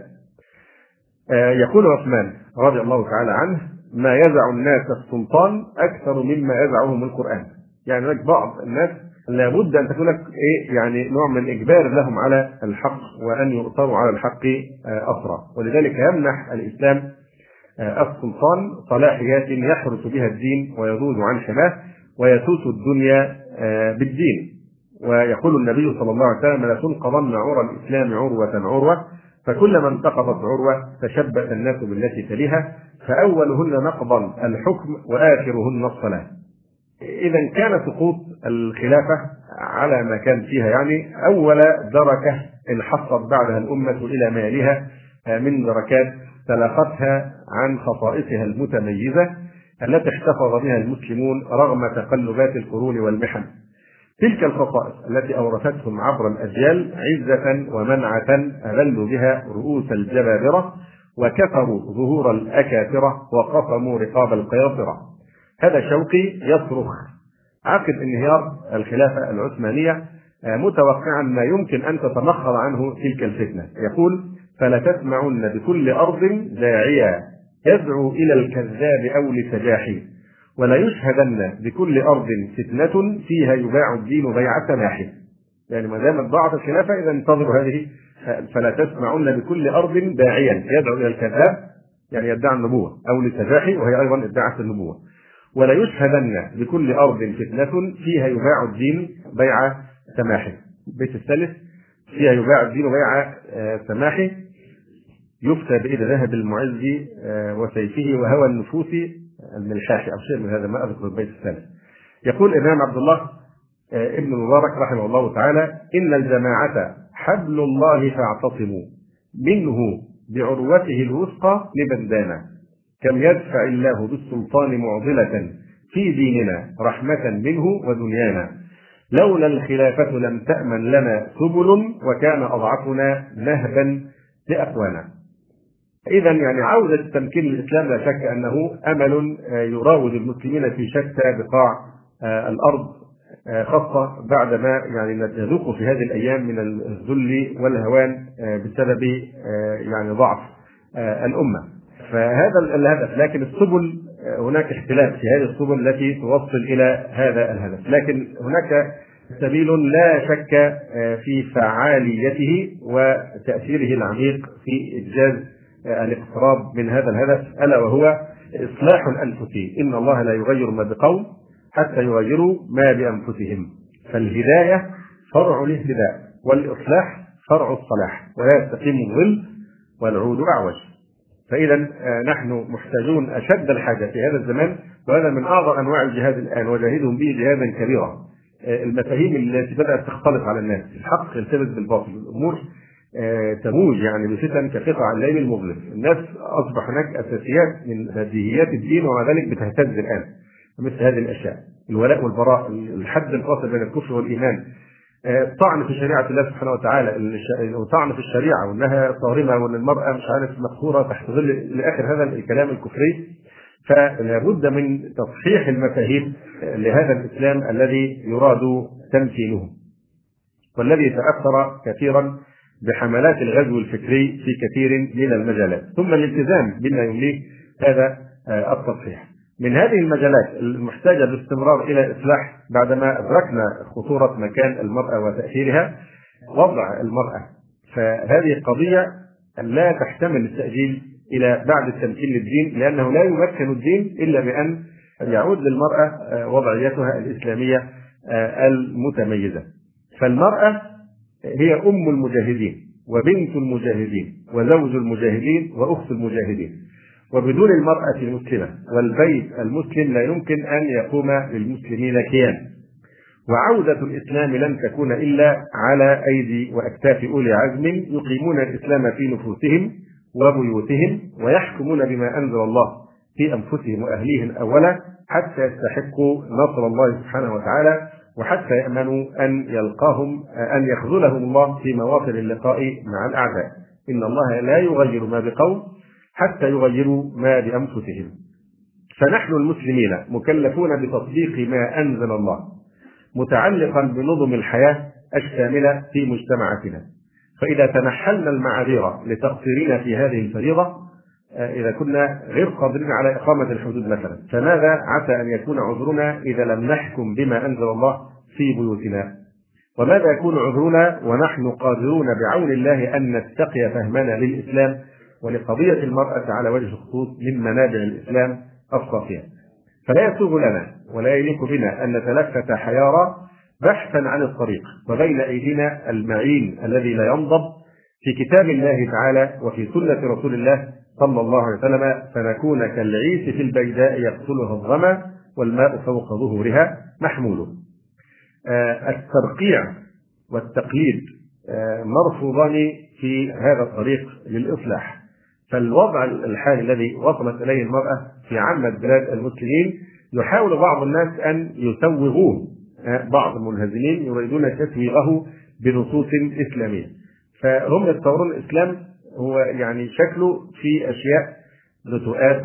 يقول عثمان رضي الله تعالى عنه: ما يزع الناس السلطان أكثر مما يزعهم القرآن. يعني هناك بعض الناس لابد أن تكون يعني نوع من إجبار لهم على الحق وأن يؤثروا على الحق أسرع، ولذلك يمنح الإسلام السلطان صلاحيات يحرس بها الدين ويذود عن حماه ويسوس الدنيا بالدين. ويقول النبي صلى الله عليه وسلم: لا تنقضن عرى الإسلام عروة عروة، فكلما انتقضت عروة تشبث الناس بالتي تليها، فأولهن نقضا الحكم وآخرهن الصلاة. إذا كان سقوط الخلافة على ما كان فيها يعني أول دركة انحصت بعدها الأمة إلى ما يليها من دركات تلقتها عن خصائصها المتميزة التي احتفظ بها المسلمون رغم تقلبات القرون والمحن. تلك الخصائص التي أورثتهم عبر الأجيال عزة ومنعة أذلوا بها رؤوس الجبابرة وكفروا ظهور الأكاثرة وقصموا رقاب القياصرة. هذا شوقي يصرخ عقب انهيار الخلافة العثمانية متوقعا ما يمكن أن تتمخض عنه تلك الفتنة. يقول: فلا تسمعن بكل أرض داعيا يدعو إلى الكذاب أو لسجاحي، ولا يشهدن بكل أرض فتنة فيها يباع الدين بيع سماح. يعني ما دامت ضاعت الخلافة إذا انتظروا هذه. فلا تسمعن بكل أرض داعيا يدعو إلى الكذاب، يعني يدعي النبوة، أو لسجاحي وهي أيضا ادعت النبوة. ولا يشهدن بكل أرض فتنة فيها يباع الدين بيع سماح. البيت الثالث: فيها يباع الدين بيع سماح، يفتى بإيد ذهب المعز وسيفه وهوى النفوس الملحاح، أو شيء من هذا، ما أذكر البيت الثالث. يقول الإمام عبد الله ابن المبارك رحمه الله تعالى: إن الجماعة حبل الله فاعتصموا منه بعروته الوثقى لبندانا، كم يدفع الله بالسلطان معضلة في ديننا رحمة منه ودنيانا، لولا الخلافة لم تأمن لنا سبل وكان أضعفنا نهبا لأقوانا. إذا يعني عودة تمكين الإسلام لا شك أنه أمل يراود المسلمين في شتى بقاع الأرض، خاصة بعدما يعني نذوق في هذه الأيام من الذل والهوان بسبب يعني ضعف الأمة. فهذا الهدف، لكن السبل هناك اختلاف في هذه السبل التي توصل إلى هذا الهدف، لكن هناك سبيل لا شك في فعاليته وتأثيره العميق في إنجاز الاقتراب من هذا الهدف، ألا وهو إصلاح الأنفس. إن الله لا يغير ما بقوم حتى يغيروا ما بأنفسهم. فالهداية فرع الاهتداء، والإصلاح فرع الصلاح، ولا يستقيم الظل والعود أعوج. فإذا نحن محتاجون أشد الحاجة في هذا الزمان، وهذا من أعظم أنواع الجهاد الآن، وجاهدهم به جهادا كبيرا. المفاهيم التي بدأت تختلط على الناس، الحق يلتبس بالباطل، الأمور تموج يعني بفتن كقطع الليل المظلم. الناس أصبح هناك أساسيات من بديهيات الدين ومع ذلك بتهتز الآن. مثل هذه الأشياء، الولاء والبراء، الحد الفاصل بين الكفر والإيمان، طعن في شريعة الله سبحانه وتعالى، وطعن في الشريعة وأنها صارمة وأن المرأة مش عارف مقصورة تحت ظل لآخر هذا الكلام الكفري. فلا بد من تصحيح المفاهيم لهذا الإسلام الذي يراد تمثيله، والذي تأثر كثيرا بحملات الغزو الفكري في كثير من المجالات، ثم الالتزام بما يمليه هذا التصحيح. من هذه المجالات المحتاجة باستمرار إلى إصلاح بعدما أدركنا خطورة مكان المرأة وتأثيرها، وضع المرأة. فهذه قضية لا تحتمل التأجيل إلى بعد التمكين للدين، لأنه لا يمكن الدين إلا بأن يعود للمرأة وضعيتها الإسلامية المتميزة. فالمرأة هي أم المجاهدين وبنت المجاهدين وزوج المجاهدين وأخت المجاهدين، وبدون المرأة المسلمة والبيت المسلم لا يمكن أن يقوم للمسلمين كيان. وعودة الإسلام لن تكون إلا على أيدي وأكتاف أولي عزم يقيمون الإسلام في نفوسهم وبيوتهم، ويحكمون بما أنزل الله في أنفسهم وأهليهم أولا، حتى يستحقوا نصر الله سبحانه وتعالى، وحتى يأمنوا أن يخذلهم الله في مواطن اللقاء مع الأعداء. إن الله لا يغير ما بقوم حتى يغيروا ما بأنفسهم. فنحن المسلمين مكلفون بتطبيق ما أنزل الله، متعلقا بنظم الحياة الشاملة في مجتمعاتنا. فإذا تنحلنا المعاذير لتقصيرنا في هذه الفريضة، إذا كنا غير قادرين على إقامة الحدود مثلا، فماذا عسى أن يكون عذرنا إذا لم نحكم بما أنزل الله في بيوتنا؟ وماذا يكون عذرنا ونحن قادرون بعون الله أن نستقي فهمنا للإسلام ولقضية المرأة على وجه الخصوص من منابع الإسلام الصافية؟ فلا يسوغ لنا ولا يليق بنا أن نتلفت حيارى بحثا عن الطريق، وبين أيدينا المعين الذي لا ينضب في كتاب الله تعالى وفي سنة رسول الله صلى الله عليه وسلم، فنكون كالعيس في البيداء يقتلها الظما والماء فوق ظهورها محمول. الترقيع والتقليد مرفوضان في هذا الطريق للإصلاح. فالوضع الحالي الذي وصلت إليه المرأة في عامة بلاد المسلمين يحاول بعض الناس أن يسوغوه، بعض المنهزمين يريدون تسويغه بنصوص إسلامية. فهم يتصورون الإسلام هو يعني شكله في أشياء رتوءات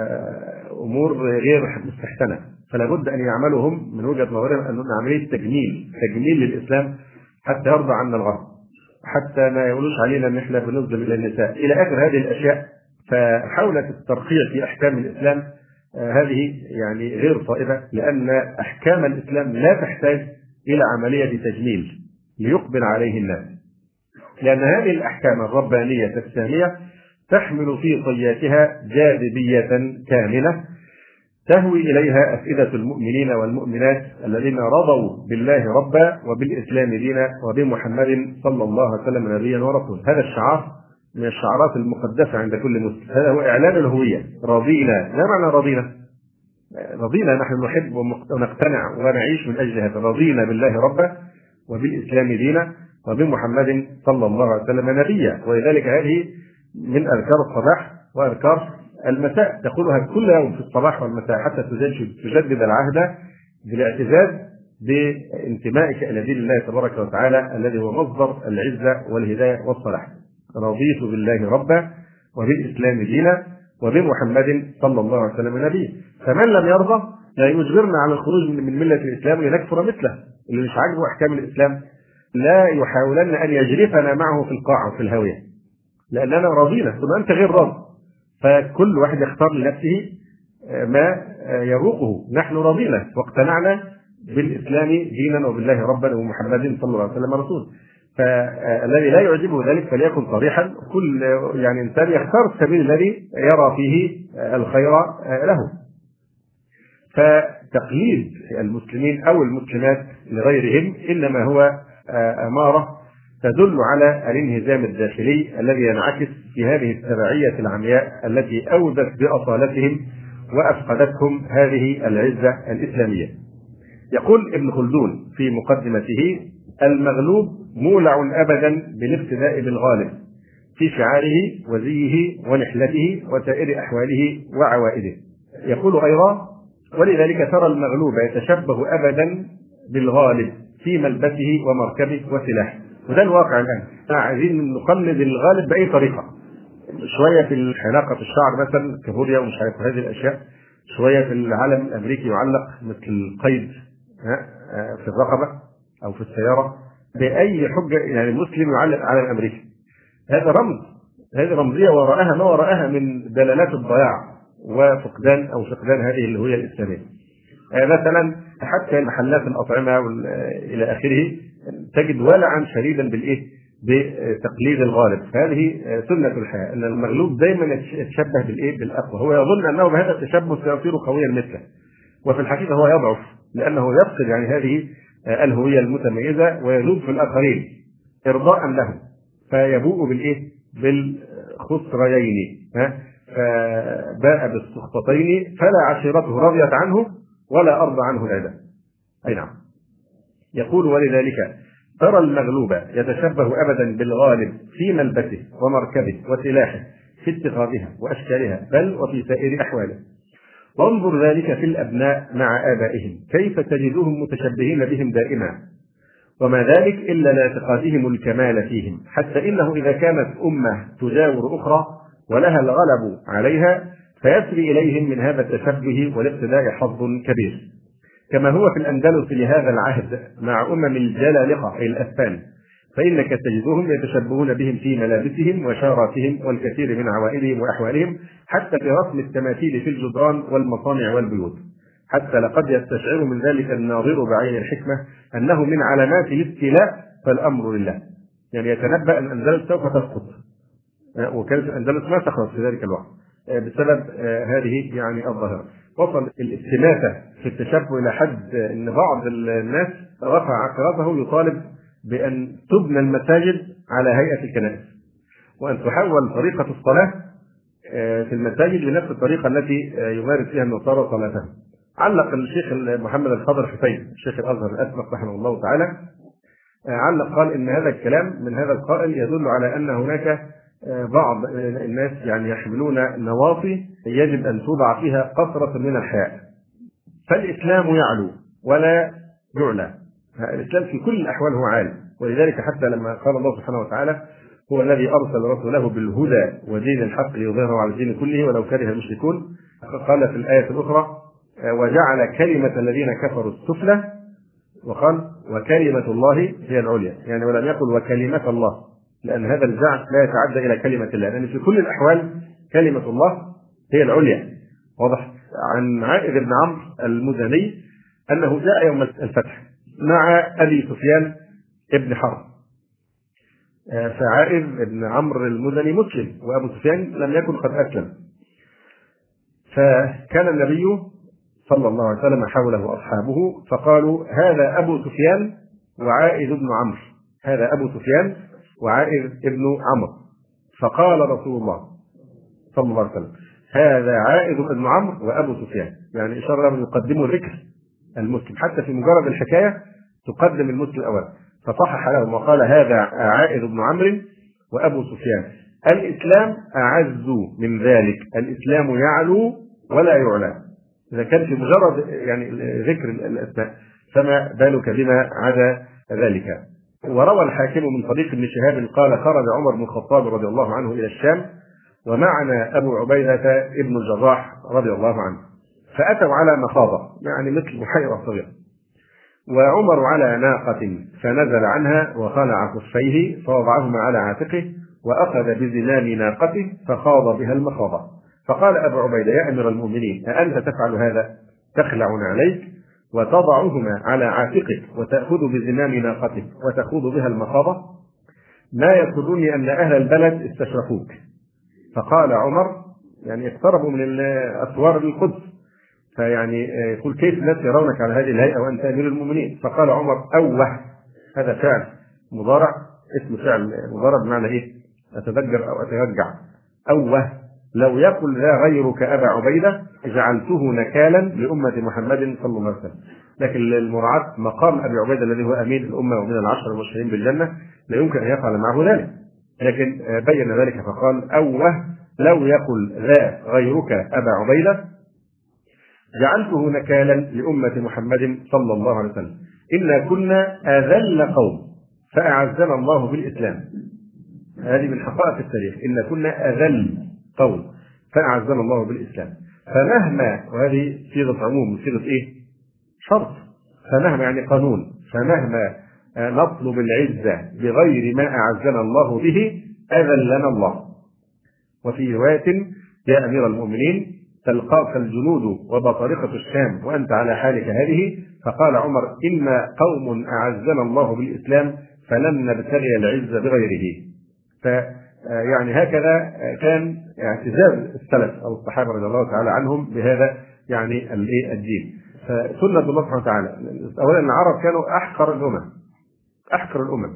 وأمور غير مستحسنة، فلا بد أن يعملوا هم من وجهة نظرهم أن عملية تجميل للإسلام حتى يرضى عنا الغرب، حتى ما يقولوش علينا ان احنا بنظلم الى النساء الى اخر هذه الاشياء. فحاولت الترقيع في احكام الاسلام هذه يعني غير صائبه، لان احكام الاسلام لا تحتاج الى عمليه تجميل ليقبل عليه الناس، لان هذه الاحكام الربانيه الساميه تحمل في طياتها جاذبيه كامله تهوي إليها أفئدة المؤمنين والمؤمنات الذين رضوا بالله ربا وبالإسلام دينا وبمحمد صلى الله عليه وسلم نبيا ورسولا. هذا الشعار من الشعارات المقدسة عند كل مسلم، هذا هو إعلان الهوية. رضينا، ما معنى رضينا؟ رضينا نحن نحب ونقتنع ونعيش من أجل هذا. رضينا بالله ربا وبالإسلام دينا وبمحمد صلى الله عليه وسلم نبيا. ولذلك هذه من أذكار الصباح وأذكار المساء، تقولها كل يوم في الصباح والمساء حتى تجدد العهد بالاعتزاز بانتمائك إلى دين الله تبارك وتعالى الذي هو مصدر العزة والهداية والصلاح. رضيت بالله ربا وبالإسلام دينا وبمحمد صلى الله عليه وسلم نبيا. فمن لم يرضى لا يجبرنا على الخروج من ملة الإسلام لنكفر مثله. اللي مش عاجبه أحكام الإسلام لا يحاولن أن يجرفنا معه في القاع وفي الهاوية، لأننا رضينا ثم أنت غير راضي. فكل واحد يختار لنفسه ما يروقه. نحن رضينا واقتنعنا بالإسلام دينا وبالله ربا ومحمد صلى الله عليه وسلم رسولا. فالذي لا يعجبه ذلك فليكن صريحا. كل يعني إنسان يختار السبيل الذي يرى فيه الخير له. فتقليد المسلمين أو المسلمات لغيرهم إنما هو أمارة تدل على الانهزام الداخلي الذي ينعكس في هذه التبعية العمياء التي أودت بأصالتهم وأفقدتهم هذه العزة الإسلامية. يقول ابن خلدون في مقدمته: المغلوب مولع أبدا بالاقتداء بالغالب في شعاره وزيه ونحلته وسائر أحواله وعوائده. يقول أيضا: ولذلك ترى المغلوب يتشبه أبدا بالغالب في ملبسه ومركبه وسلاحه. وده الواقع الآن، عايزين نقلد الغالب بأي طريقة، شوية في حلاقة الشعر مثلا كابوريا ومش عارف هذه الأشياء، شوية في العلم الأمريكي يعلق مثل القيد في الرقبة أو في السيارة بأي حجة. يعني المسلم يعلق علم أمريكي، هذا رمز، هذه رمزية وراءها ما وراءها من دلالات الضياع وفقدان هذه الهوية الإسلامية. مثلا حتى محلات الأطعمة إلى آخره تجد ولعا شديدا بتقليد الغالب. فهذه سنة الحياة، أن المغلوب دائما يتشبه بالأقوى، هو يظن أنه بهذا التشبه سيصير قويا مثله، وفي الحقيقة هو يضعف لأنه يفقد هذه الهوية المتميزة ويذوب في الآخرين إرضاء لهم، فيبوء بالخسريين، فباء بالسخطتين فلا عشيرته رضيت عنه ولا أرضى عنه العدا. أي نعم. يقول: ولذلك ترى المغلوب يتشبه أبدا بالغالب في ملبسه ومركبه وسلاحه، في اتخاذها وأشكالها، بل وفي سائر أحواله. وانظر ذلك في الأبناء مع آبائهم، كيف تجدهم متشبهين بهم دائما، وما ذلك إلا لاعتقادهم الكمال فيهم، حتى إنه إذا كانت أمة تجاور أخرى ولها الغلب عليها فيسري إليهم من هذا التشبه والاقتداء حظ كبير، كما هو في الأندلس لهذا العهد مع الجلالقة أي الأسبان، فإنك تجدهم يتشبهون بهم في ملابسهم وشاراتهم والكثير من عوائلهم وأحوالهم، حتى في رسم التماثيل في الجدران والمصانع والبيوت، حتى لقد يستشعر من ذلك الناظر بعين الحكمة أنه من علامات الاستيلاء، فالأمر لله. يعني يتنبأ أن الأندلس سوف تسقط، وكانت الأندلس ما سقطت في ذلك الوقت بسبب هذه الظاهرة. وصل الاستماتة في التشبه إلى حد أن بعض الناس رفع عقيرته يطالب بأن تبنى المساجد على هيئة الكنائس، وأن تحول طريقة الصلاة في المساجد بنفس الطريقة التي يمارس فيها النصارى صلاتهم. علق الشيخ محمد الخضر حسين الشيخ الأزهر الأسبق رحمه الله تعالى، علق قال إن هذا الكلام من هذا القائل يدل على أن هناك بعض الناس يحملون نواصي يجب أن توضع فيها قطرة من الحياء، فالإسلام يعلو ولا يعلى، الإسلام في كل الأحوال هو عالي. ولذلك حتى لما قال الله سبحانه وتعالى: هو الذي أرسل رسوله بالهدى ودين الحق ليظهره على الدين كله ولو كره المشركون، قال في الآية الأخرى: وجعل كلمة الذين كفروا السفلى، وقال: وكلمة الله هي العليا. يعني ولم يقل وكلمة الله، لأن هذا الجعل لا يتعدى إلى كلمة الله، لأن في كل الأحوال كلمة الله هي العليا. واضح؟ عن عائذ بن عمرو المزني أنه جاء يوم الفتح مع أبي سفيان ابن حرب، فعائذ بن عمرو المزني مسلم وأبو سفيان لم يكن قد أسلم، فكان النبي صلى الله عليه وسلم حوله أصحابه فقالوا: هذا أبو سفيان وعائذ بن عمرو، هذا أبو سفيان وعائذ ابن عمرو. فقال رسول الله صلى الله عليه وسلم: هذا عائذ بن عمرو وأبو سفيان، يعني إشارة لهم يقدموا ذكر المسلم، حتى في مجرد الحكاية تقدم المسلم الأول، فصحح لهم وقال: هذا عائذ بن عمرو وأبو سفيان. الإسلام أعز من ذلك، الإسلام يعلو ولا يعلى. إذا كان في مجرد ذكر الأسماء فما بالك بما عدا ذلك. وروى الحاكم من طريق ابن شهاب قال: خرج عمر بن الخطاب رضي الله عنه إلى الشام ومعنا أبو عبيدة ابن الجراح رضي الله عنه، فأتوا على مخاضة مثل بحيرة صغيرة، وعمر على ناقة فنزل عنها وخلع خفيه فوضعهما على عاتقه وأخذ بزمام ناقته فخاض بها المخاضة، فقال أبو عبيدة: يا أمير المؤمنين، أأنت تفعل هذا؟ تخلع عليك وتضعهما على عاتقك وتأخذ بزمام ناقتك وتخوض بها المخاضة؟ ما يسرني أن أهل البلد استشرفوك. فقال عمر: اقتربوا من أسوار القدس، يقول: كيف الناس يرونك على هذه الهيئة وأنت أمير المؤمنين؟ فقال عمر: أوه، هذا فعل مضارع اسم فعل مجرد بمعنى ايه؟ اتذكر او اتشجع. اوه لو يقل ذا غيرك ابا عبيده جعلته نكالا لامه محمد صلى الله عليه وسلم. لكن المراعاة مقام ابي عبيده الذي هو امين الامه ومن العشر المبشرين بالجنه لا يمكن ان يفعل معه ذلك، لكن بين ذلك فقال اوه لو يقل ذا غيرك ابا عبيده جعلته نكالا لامه محمد صلى الله عليه وسلم. انا كنا اذل قوم فاعزنا الله بالاسلام. هذه من حقائق التاريخ، ان كنا اذل قوم فاعزنا الله بالاسلام. فمهما، وهذه صيغه عموم صيغه ايه؟ شرط. فمهما يعني قانون، فمهما نطلب العزه بغير ما اعزنا الله به اذلنا الله. وفي روايه يا امير المؤمنين تلقاك الجنود وبطارقه الشام وانت على حالك هذه، فقال عمر انا قوم اعزنا الله بالاسلام فلن نبتغي العزه بغيره. يعني هكذا كان اعتزاز السلف او الصحابه رضي الله تعالى عنهم بهذا يعني الدين. فسنه الله سبحانه وتعالى اولا العرب كانوا احقر الامم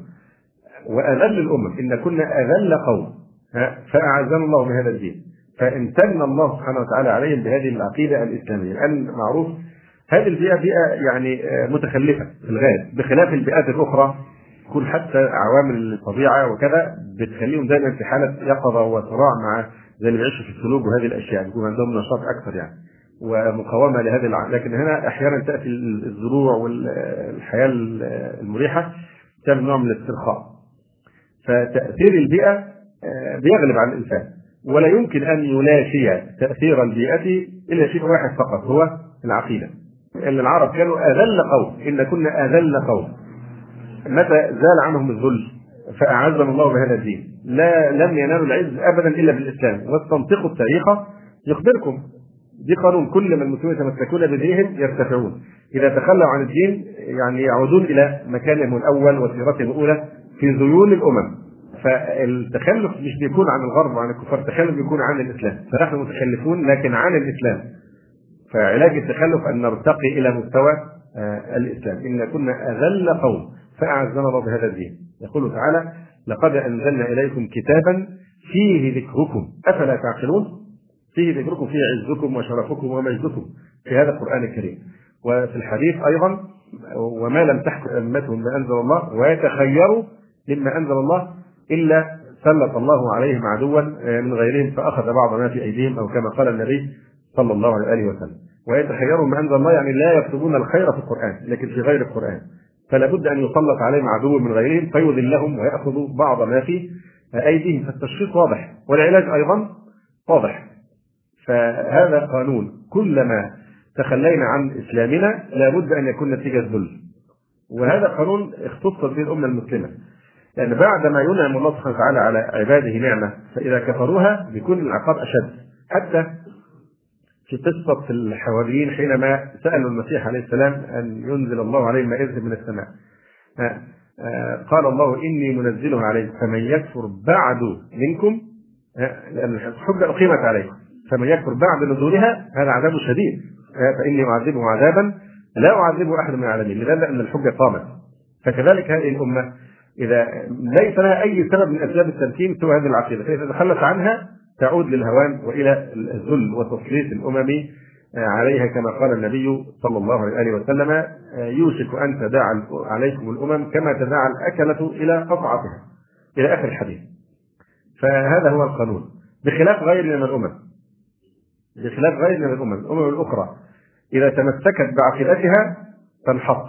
واذل الامم، ان كنا اذل قوم فاعزنا الله بهذا الدين. فامتن الله سبحانه وتعالى عليهم بهذه العقيده الاسلاميه، لان معروف هذه البيئه بيئه يعني متخلفه في الغالب، بخلاف البيئات الاخرى تكون حتى عوامل الطبيعه وكذا بتخليهم دائما في حاله يقظه وصراع مع زي اللي بيعيشوا في السلوك وهذه الاشياء، بيكون عندهم نشاط اكثر يعني ومقاومه لهذه لكن هنا احيانا تاتي الزروع والحياه المريحه تعمل نوع من الاسترخاء. فتاثير البيئه بيغلب على الانسان، ولا يمكن ان يلاشي تاثير البيئه الا شيء واحد فقط هو العقيده. ان العرب كانوا اذل قوم، ان كنا اذل قوم. متى زال عنهم الذل فاعزنا الله بهذا الدين. لم ينالوا العز ابدا الا بالاسلام، واستنطقوا التاريخ يخبركم دي قانون، كل ما المسلمين يتمسكون بدينهم يرتفعون، اذا تخلوا عن الدين يعني يعودون الى مكانهم الاول وسيرتهم الاولى في ذيول الامم. فالتخلف مش بيكون عن الغرب وعن الكفار، التخلف بيكون عن الاسلام، فنحن متخلفون لكن عن الاسلام. فعلاج التخلف ان نرتقي الى مستوى الاسلام. ان كنا اذل قوم فاعزنا الله بهذا الدين. يقول تعالى لقد انزلنا اليكم كتابا فيه ذكركم افلا تعقلون. فيه ذكركم، فيه عزكم وشرفكم ومجدكم في هذا القران الكريم. وفي الحديث ايضا وما لم تحكم امتهم ما انزل الله ويتخيروا مما انزل الله الا سلط الله عليهم عدوا من غيرهم فاخذ بعض ما في ايديهم، او كما قال النبي صلى الله عليه وسلم. ويتخيروا ما انزل الله يعني لا يكتبون الخير في القران لكن في غير القران، فلا بد ان يسلط عليهم عدو من غيرهم فيذلهم وياخذوا بعض ما في ايديهم. فالتشخيص واضح والعلاج ايضا واضح. فهذا قانون، كلما تخلينا عن اسلامنا لابد ان يكون نتيجه ذل. وهذا قانون اختصت به الامه المسلمه، لان بعد ما ينعم الله سبحانه وتعالى على عباده نعمه فاذا كفروها بيكون العقاب اشد. حتى في قصه الحواريين حينما سالوا المسيح عليه السلام ان ينزل الله عليهم مائده من السماء، قال الله اني منزلها عليكم فمن يكفر بعد منكم، لان الحجه اقيمت عليه، فمن يكفر بعد نزولها هذا عذاب شديد، فاني اعذبه عذابا لا اعذبه احد من العالمين، لذلك ان الحجه قامت. فكذلك هذه الامه اذا ليس لها اي سبب من اسباب التمكين سوى هذه العقيده، فاذا تخلت عنها تعود للهوان والى الذل وتسليط الامم عليها، كما قال النبي صلى الله عليه وسلم يوشك ان تداعى عليكم الامم كما تداعى الاكله الى قطعتها، الى اخر الحديث. فهذا هو القانون، بخلاف غيرنا من الامم. بخلاف غيرنا من الامم الاخرى اذا تمسكت بعقيدتها تنحط،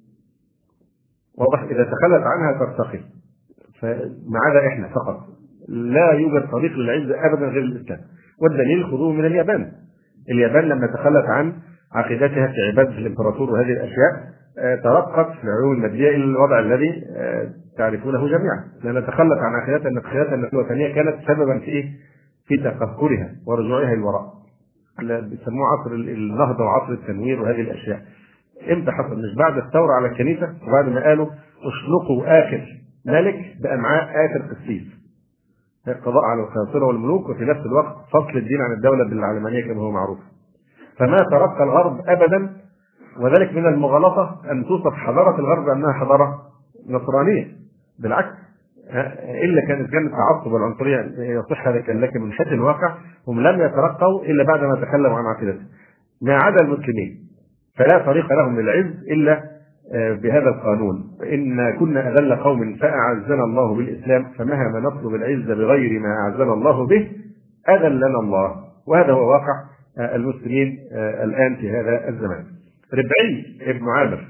واضح، اذا تخلت عنها ترتقي. فما عدا احنا فقط لا يوجد طريق للعزه ابدا غير الاسلام. والدليل خذوه من اليابان. اليابان لما تخلت عن عقيدتها في عباده الامبراطور وهذه الاشياء ترقت في العلوم الماديه الى الوضع الذي تعرفونه جميعا، لان تخلت عن عقيدتها ان عقيدتها الوثنيه كانت سببا في ايه؟ في تقهقرها ورجوعها للوراء. بيسموه عصر النهضه وعصر التنوير وهذه الاشياء. امتى حصل؟ مش بعد الثوره على الكنيسه وبعد ما قالوا اشنقوا اخر ملك بامعاء اخر قسيس، القضاء على القياصره والملوك، وفي نفس الوقت فصل الدين عن الدوله بالعلمانيه كما هو معروف. فما ترقى الغرب ابدا، وذلك من المغالطه ان توصف حضاره الغرب بانها حضاره نصرانيه. بالعكس، الا كانت التعصب والعنصريه يصح هذا كان، لكن من حيث الواقع هم لم يترقوا الا بعد ما تكلموا عن عقيدتهم ما عدا المسلمين، فلا طريق لهم للعز الا بهذا القانون: فإن كنا أذل قوم فأعزنا الله بالإسلام فمهما نطلب العز بغير ما أعزنا الله به أذلنا الله. وهذا هو واقع المسلمين الآن في هذا الزمان. ربعي ابن عامر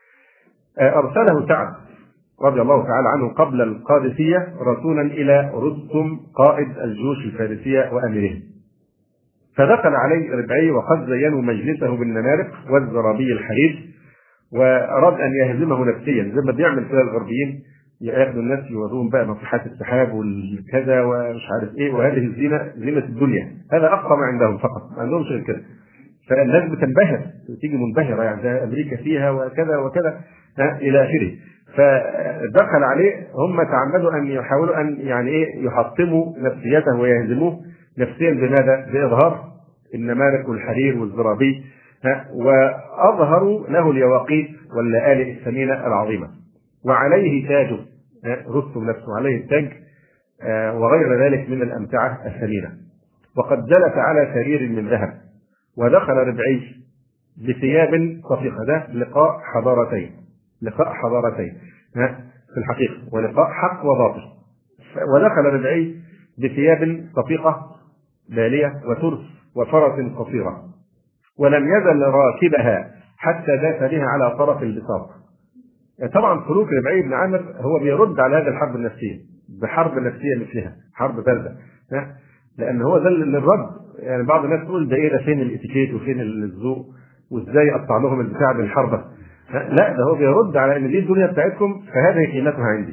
أرسله سعد رضي الله تعالى عنه قبل القادسية رسولا إلى رستم قائد الجيوش الفارسية وأميره، فدخل عليه ربعي وقد زينوا مجلسه بالنمارق والزرابي الحرير، وأراد أن يهزمه نفسيا زي ما بيعمل كده الغربيين، ياخدوا الناس يوروهم بقى نصيحات السحاب والكذا ومش عارف ايه، وهذه الزينه زينه الدنيا، هذا اقصى ما عندهم فقط، ما عندهمش غير كده. فالناس بتنبهر، تيجي منبهره يعني ده امريكا فيها وكذا وكذا الى اخره. فدخل عليه، هم تعمدوا ان يحاولوا ان يعني ايه يحطموا نفسيته ويهزموه نفسيا. بماذا؟ باظهار النمارق والحرير والزرابي، واظهروا له اليواقيت واللآلئ الثمينه العظيمه، وعليه تاجه، رستم نفسه عليه التاج وغير ذلك من الامتعه الثمينه، وقد جلس على سرير من ذهب. ودخل ربعي بثياب صفيقه، ده لقاء حضارتين، لقاء حضارتين في الحقيقه، ولقاء حق وباطل. ودخل ربعي بثياب صفيقه باليه وترس وفرس قصيره، ولم يزل راكبها حتى داس بها على طرف البساط. طبعا سلوك ربعي بن عامر هو بيرد على هذه الحرب النفسيه بحرب نفسيه مثلها، حرب بارده، لان هو ده للرد. يعني بعض الناس تقول ده ايه، ده فين الاتيكيت وفين الذوق وازاي اقطع لهم البتاع بالحربه. لا، ده هو بيرد على ان دي الدنيا بتاعتكم فهذه قيمتها عندي.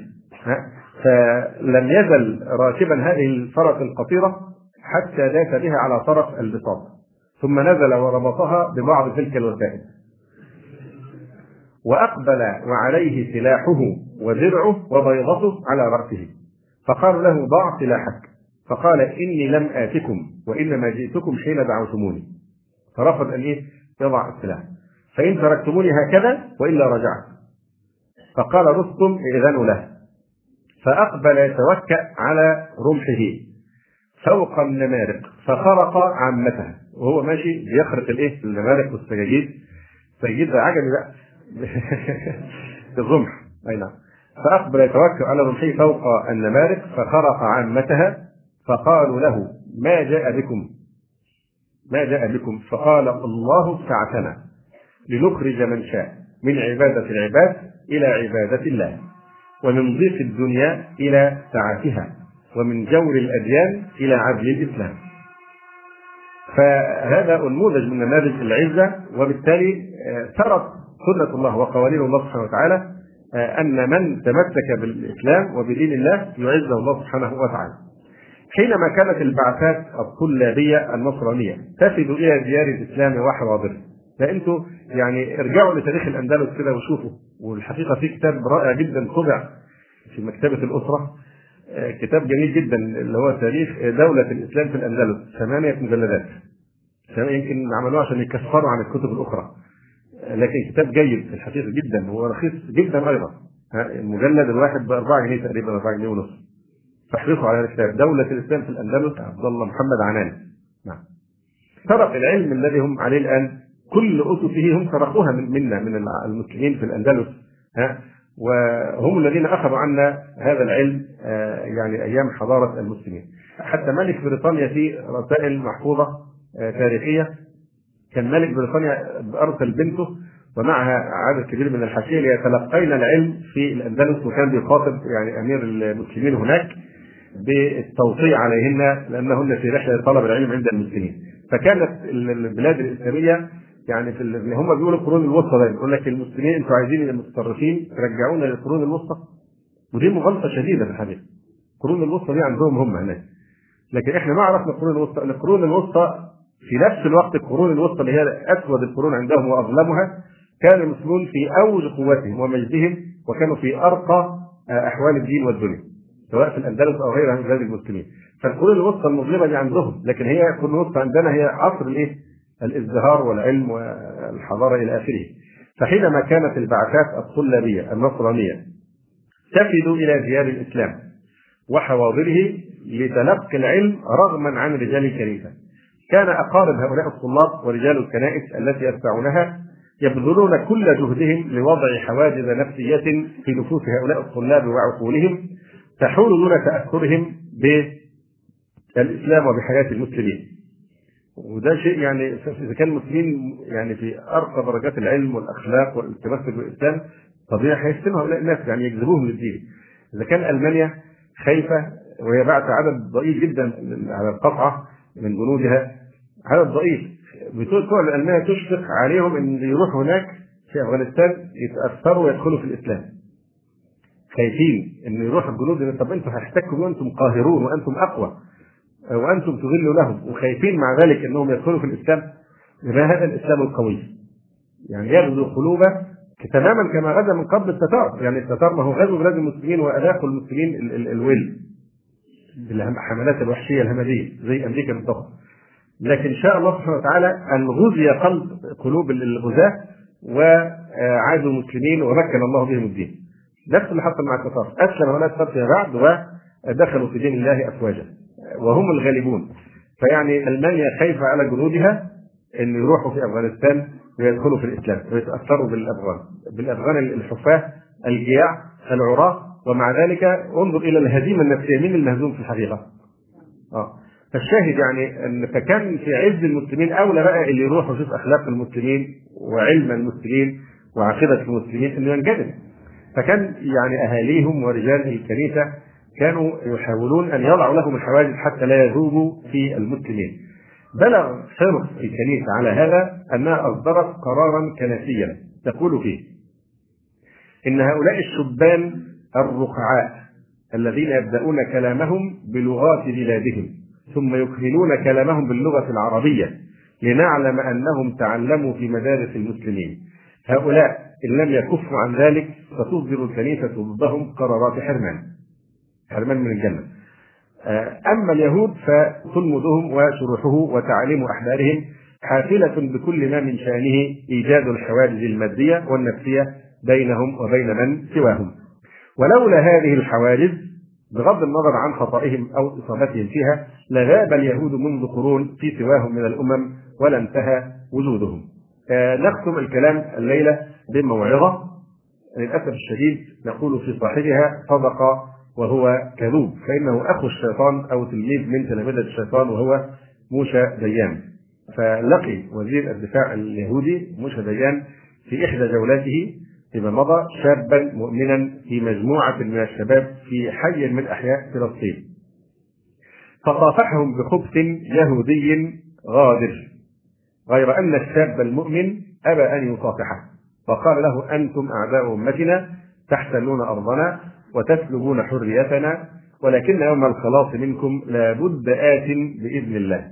فلم يزل راكبا هذه الفرس القصيره حتى داس بها على طرف البساط، ثم نزل وربطها ببعض تلك الوسائد، وأقبل وعليه سلاحه ودرعه وبيضته على رأسه، فقالوا له ضع سلاحك، فقال إني لم آتكم وإنما جئتكم حين دعوتموني، فرفض أن يضع السلاح، فإن تركتموني هكذا وإلا رجعت. فقال رستم إذن له، فأقبل يتوكأ على رمحه فوق النمارق فخرق عامتها، وهو ماشي بيخرق النمارق والسجاجيد، السجاجيد ده عجمي بقى بالرمح، اي نعم. فاقبل يتوكل على رمحه فوق النمارق فخرق عامتها، فقالوا له ما جاء بكم؟ ما جاء بكم؟ فقال الله ابتعثنا لنخرج من شاء من عبادة العباد إلى عبادة الله، ومن ضيق الدنيا إلى سعتها، ومن جور الأديان إلى عدل الإسلام. فهذا نموذج من نماذج العزة، وبالتالي سرت سنة الله وقوانين الله سبحانه وتعالى أن من تمسك بالإسلام وبدين الله يعزه الله سبحانه وتعالى. حينما كانت البعثات الطلابية النصرانية تفد إلى ديار الإسلام وحواضره، فأنتوا يعني ارجعوا لتاريخ الأندلس كده وشوفوا، والحقيقة في كتاب رائع جدا طبع في مكتبة الأسرة، كتاب جميل جدا اللي هو تاريخ دولة الإسلام في الأندلس، 8 مجلدات، يمكن عملوه عشان يكفروا عن الكتب الأخرى، لكن كتاب جيد في الحقيقة جدا، هو رخيص جدا أيضا، المجلد الواحد ب4 جنيه تقريبا، 4 جنيه ونص. فاحرصوا على الكتاب دولة الإسلام في الأندلس، عبد الله محمد عنان. نعم. سرق العلم الذي هم عليه الآن، كل أسسه هم سرقوها منا من المسلمين في الأندلس، وهم الذين أخذوا عنا هذا العلم يعني أيام حضارة المسلمين. حتى ملك بريطانيا في رسائل محفوظة تاريخية، كان ملك بريطانيا أرسل بنته ومعها عدد كبير من الحاشية ليتلقين العلم في الأندلس، وكان بيخاطب يعني أمير المسلمين هناك بالتوصية عليهن لأنهن في رحلة طلب العلم عند المسلمين. فكانت البلاد الإسلامية يعني في اللي هم بيقولوا القرون الوسطى، ده يقول لك المسلمين انتوا عايزين المتطرفين ترجعونا للقرون الوسطى، ودي مغالطة شديدة في الحقيقة. القرون الوسطى دي عندهم هم هناك، لكن احنا ما عرفنا القرون الوسطى. القرون الوسطى في نفس الوقت القرون الوسطى اللي هي اسود القرون عندهم واظلمها، كان المسلمون في اوج قوتهم ومجدهم، وكانوا في ارقى احوال الدين والدنيا سواء في الاندلس او غيرها من بلاد المسلمين. فالقرون الوسطى المظلمه دي عندهم، لكن هي القرون الوسطى عندنا هي عصر الازدهار والعلم والحضاره الى اخره. فحينما كانت البعثات الطلابيه النصرانيه تفد الى ديار الاسلام وحواضره لتلقي العلم رغما عن رجال الكنيسة. كان أقارب هؤلاء الطلاب ورجال الكنائس التي يتبعونها يبذلون كل جهدهم لوضع حواجز نفسية في نفوس هؤلاء الطلاب وعقولهم تحول دون تأثرهم بالإسلام وبحياة المسلمين. وده شيء يعني إذا كان المسلمين يعني في أرقى درجات العلم والأخلاق والتمسك بالإسلام طبيعي هيسلموا هؤلاء الناس، يعني يجذبوهم للدين. إذا كان ألمانيا خايفة وهي بعت عدد ضئيل جدا على القطعة من جنودها، عدد ضئيل، بتوع ألمانيا تشفق عليهم ان يروحوا هناك في افغانستان يتاثروا ويدخلوا في الاسلام. خايفين ان يروح الجنود، طب انتم هتحتكوا وانتم قاهرون وانتم اقوى وانتم تذلوا لهم، وخايفين مع ذلك انهم يدخلوا في الاسلام. يبقى هذا الاسلام القوي يعني يغزو قلوبه تماما كما غزا من قبل التتار. يعني التتار ما هو غزو بلاد المسلمين واذاقوا المسلمين الول بالحملات الوحشيه الهمجيه زي امريكا بالضبط. لكن شاء الله سبحانه وتعالى ان غزي قلوب الغزاة وعادوا المسلمين ومكن الله بهم الدين. نفس اللي حصل مع التتار، اسلم هؤلاء التتار فيما بعد ودخلوا في دين الله افواجا وهم الغالبون. فيعني المانيا خايفه على جنودها ان يروحوا في افغانستان ويدخلوا في الاسلام ويتاثروا بالافغان الحفاه الجياع العراة، ومع ذلك انظر الى الهزيمه النفسيه. مين المهزوم في الحقيقه؟ فالشاهد يعني ان فكان في عز المسلمين اولى بقى اللي يروح ويشوف اخلاق المسلمين وعلم المسلمين وعقيده المسلمين انه ينجذب. فكان يعني اهاليهم ورجال الكنيسه كانوا يحاولون ان يضعوا لهم الحواجز حتى لا يذوبوا في المسلمين. بلغ حرص الكنيسه على هذا انها اصدرت قرارا كنسيا تقول فيه ان هؤلاء الشبان الرقعاء الذين يبدأون كلامهم بلغات بلادهم ثم يكملون كلامهم باللغة العربية لنعلم أنهم تعلموا في مدارس المسلمين، هؤلاء إن لم يكفوا عن ذلك فتصدر الكنيسة ضدهم قرارات حرمان من الجنة. أما اليهود فتلمذهم وشروحه وتعليم أحبارهم حافلة بكل ما من شأنه إيجاد الحواجز المادية والنفسية بينهم وبين من سواهم. ولولا هذه الحواجز بغض النظر عن خطئهم أو إصابتهم فيها لغاب اليهود منذ قرون في سواهم من الأمم ولا انتهى وجودهم. نختم الكلام الليلة بموعظة للأسف الشديد نقول في صاحبها صدق وهو كذوب، فإنه أخو الشيطان أو تلميذ من تلامذة الشيطان وهو موشى ديان. فلقي وزير الدفاع اليهودي موشى ديان في إحدى جولاته فيما مضى شابا مؤمنا في مجموعة من الشباب في حي من أحياء فلسطين، فصافحهم بخبث يهودي غادر، غير أن الشاب المؤمن أبى أن يصافحه وقال له أنتم أعداء أمتنا تحتلون أرضنا وتسلبون حريتنا، ولكن يوم الخلاص منكم لابد آت بإذن الله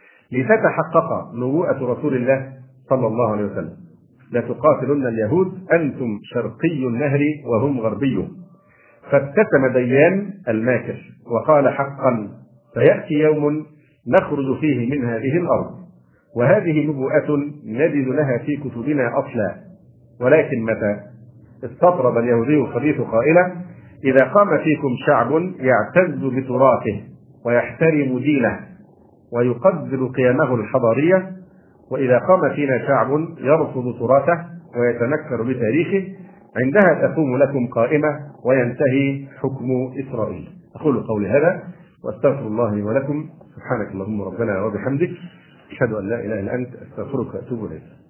لتتحقق نبوءة رسول الله صلى الله عليه وسلم، لتقاتلن اليهود أنتم شرقي النهر وهم غربي. فابتسم ديان الماكر وقال حقا فيأتي يوم نخرج فيه من هذه الأرض، وهذه نبوءة نجد لها في كتبنا أصلا، ولكن متى؟ استطرد اليهودي الخبيث قائلا إذا قام فيكم شعب يعتز بتراثه ويحترم دينه ويقدر قيمه الحضارية، وإذا قام فينا شعب يرفض تراثه ويتنكر بتاريخه، عندها تقوم لكم قائمة وينتهي حكم إسرائيل. أقول قولي هذا وأستغفر الله لي ولكم. سبحانك اللهم ربنا وبحمدك، أشهد أن لا إله إلا أنت، أستغفرك وأتوب إليك.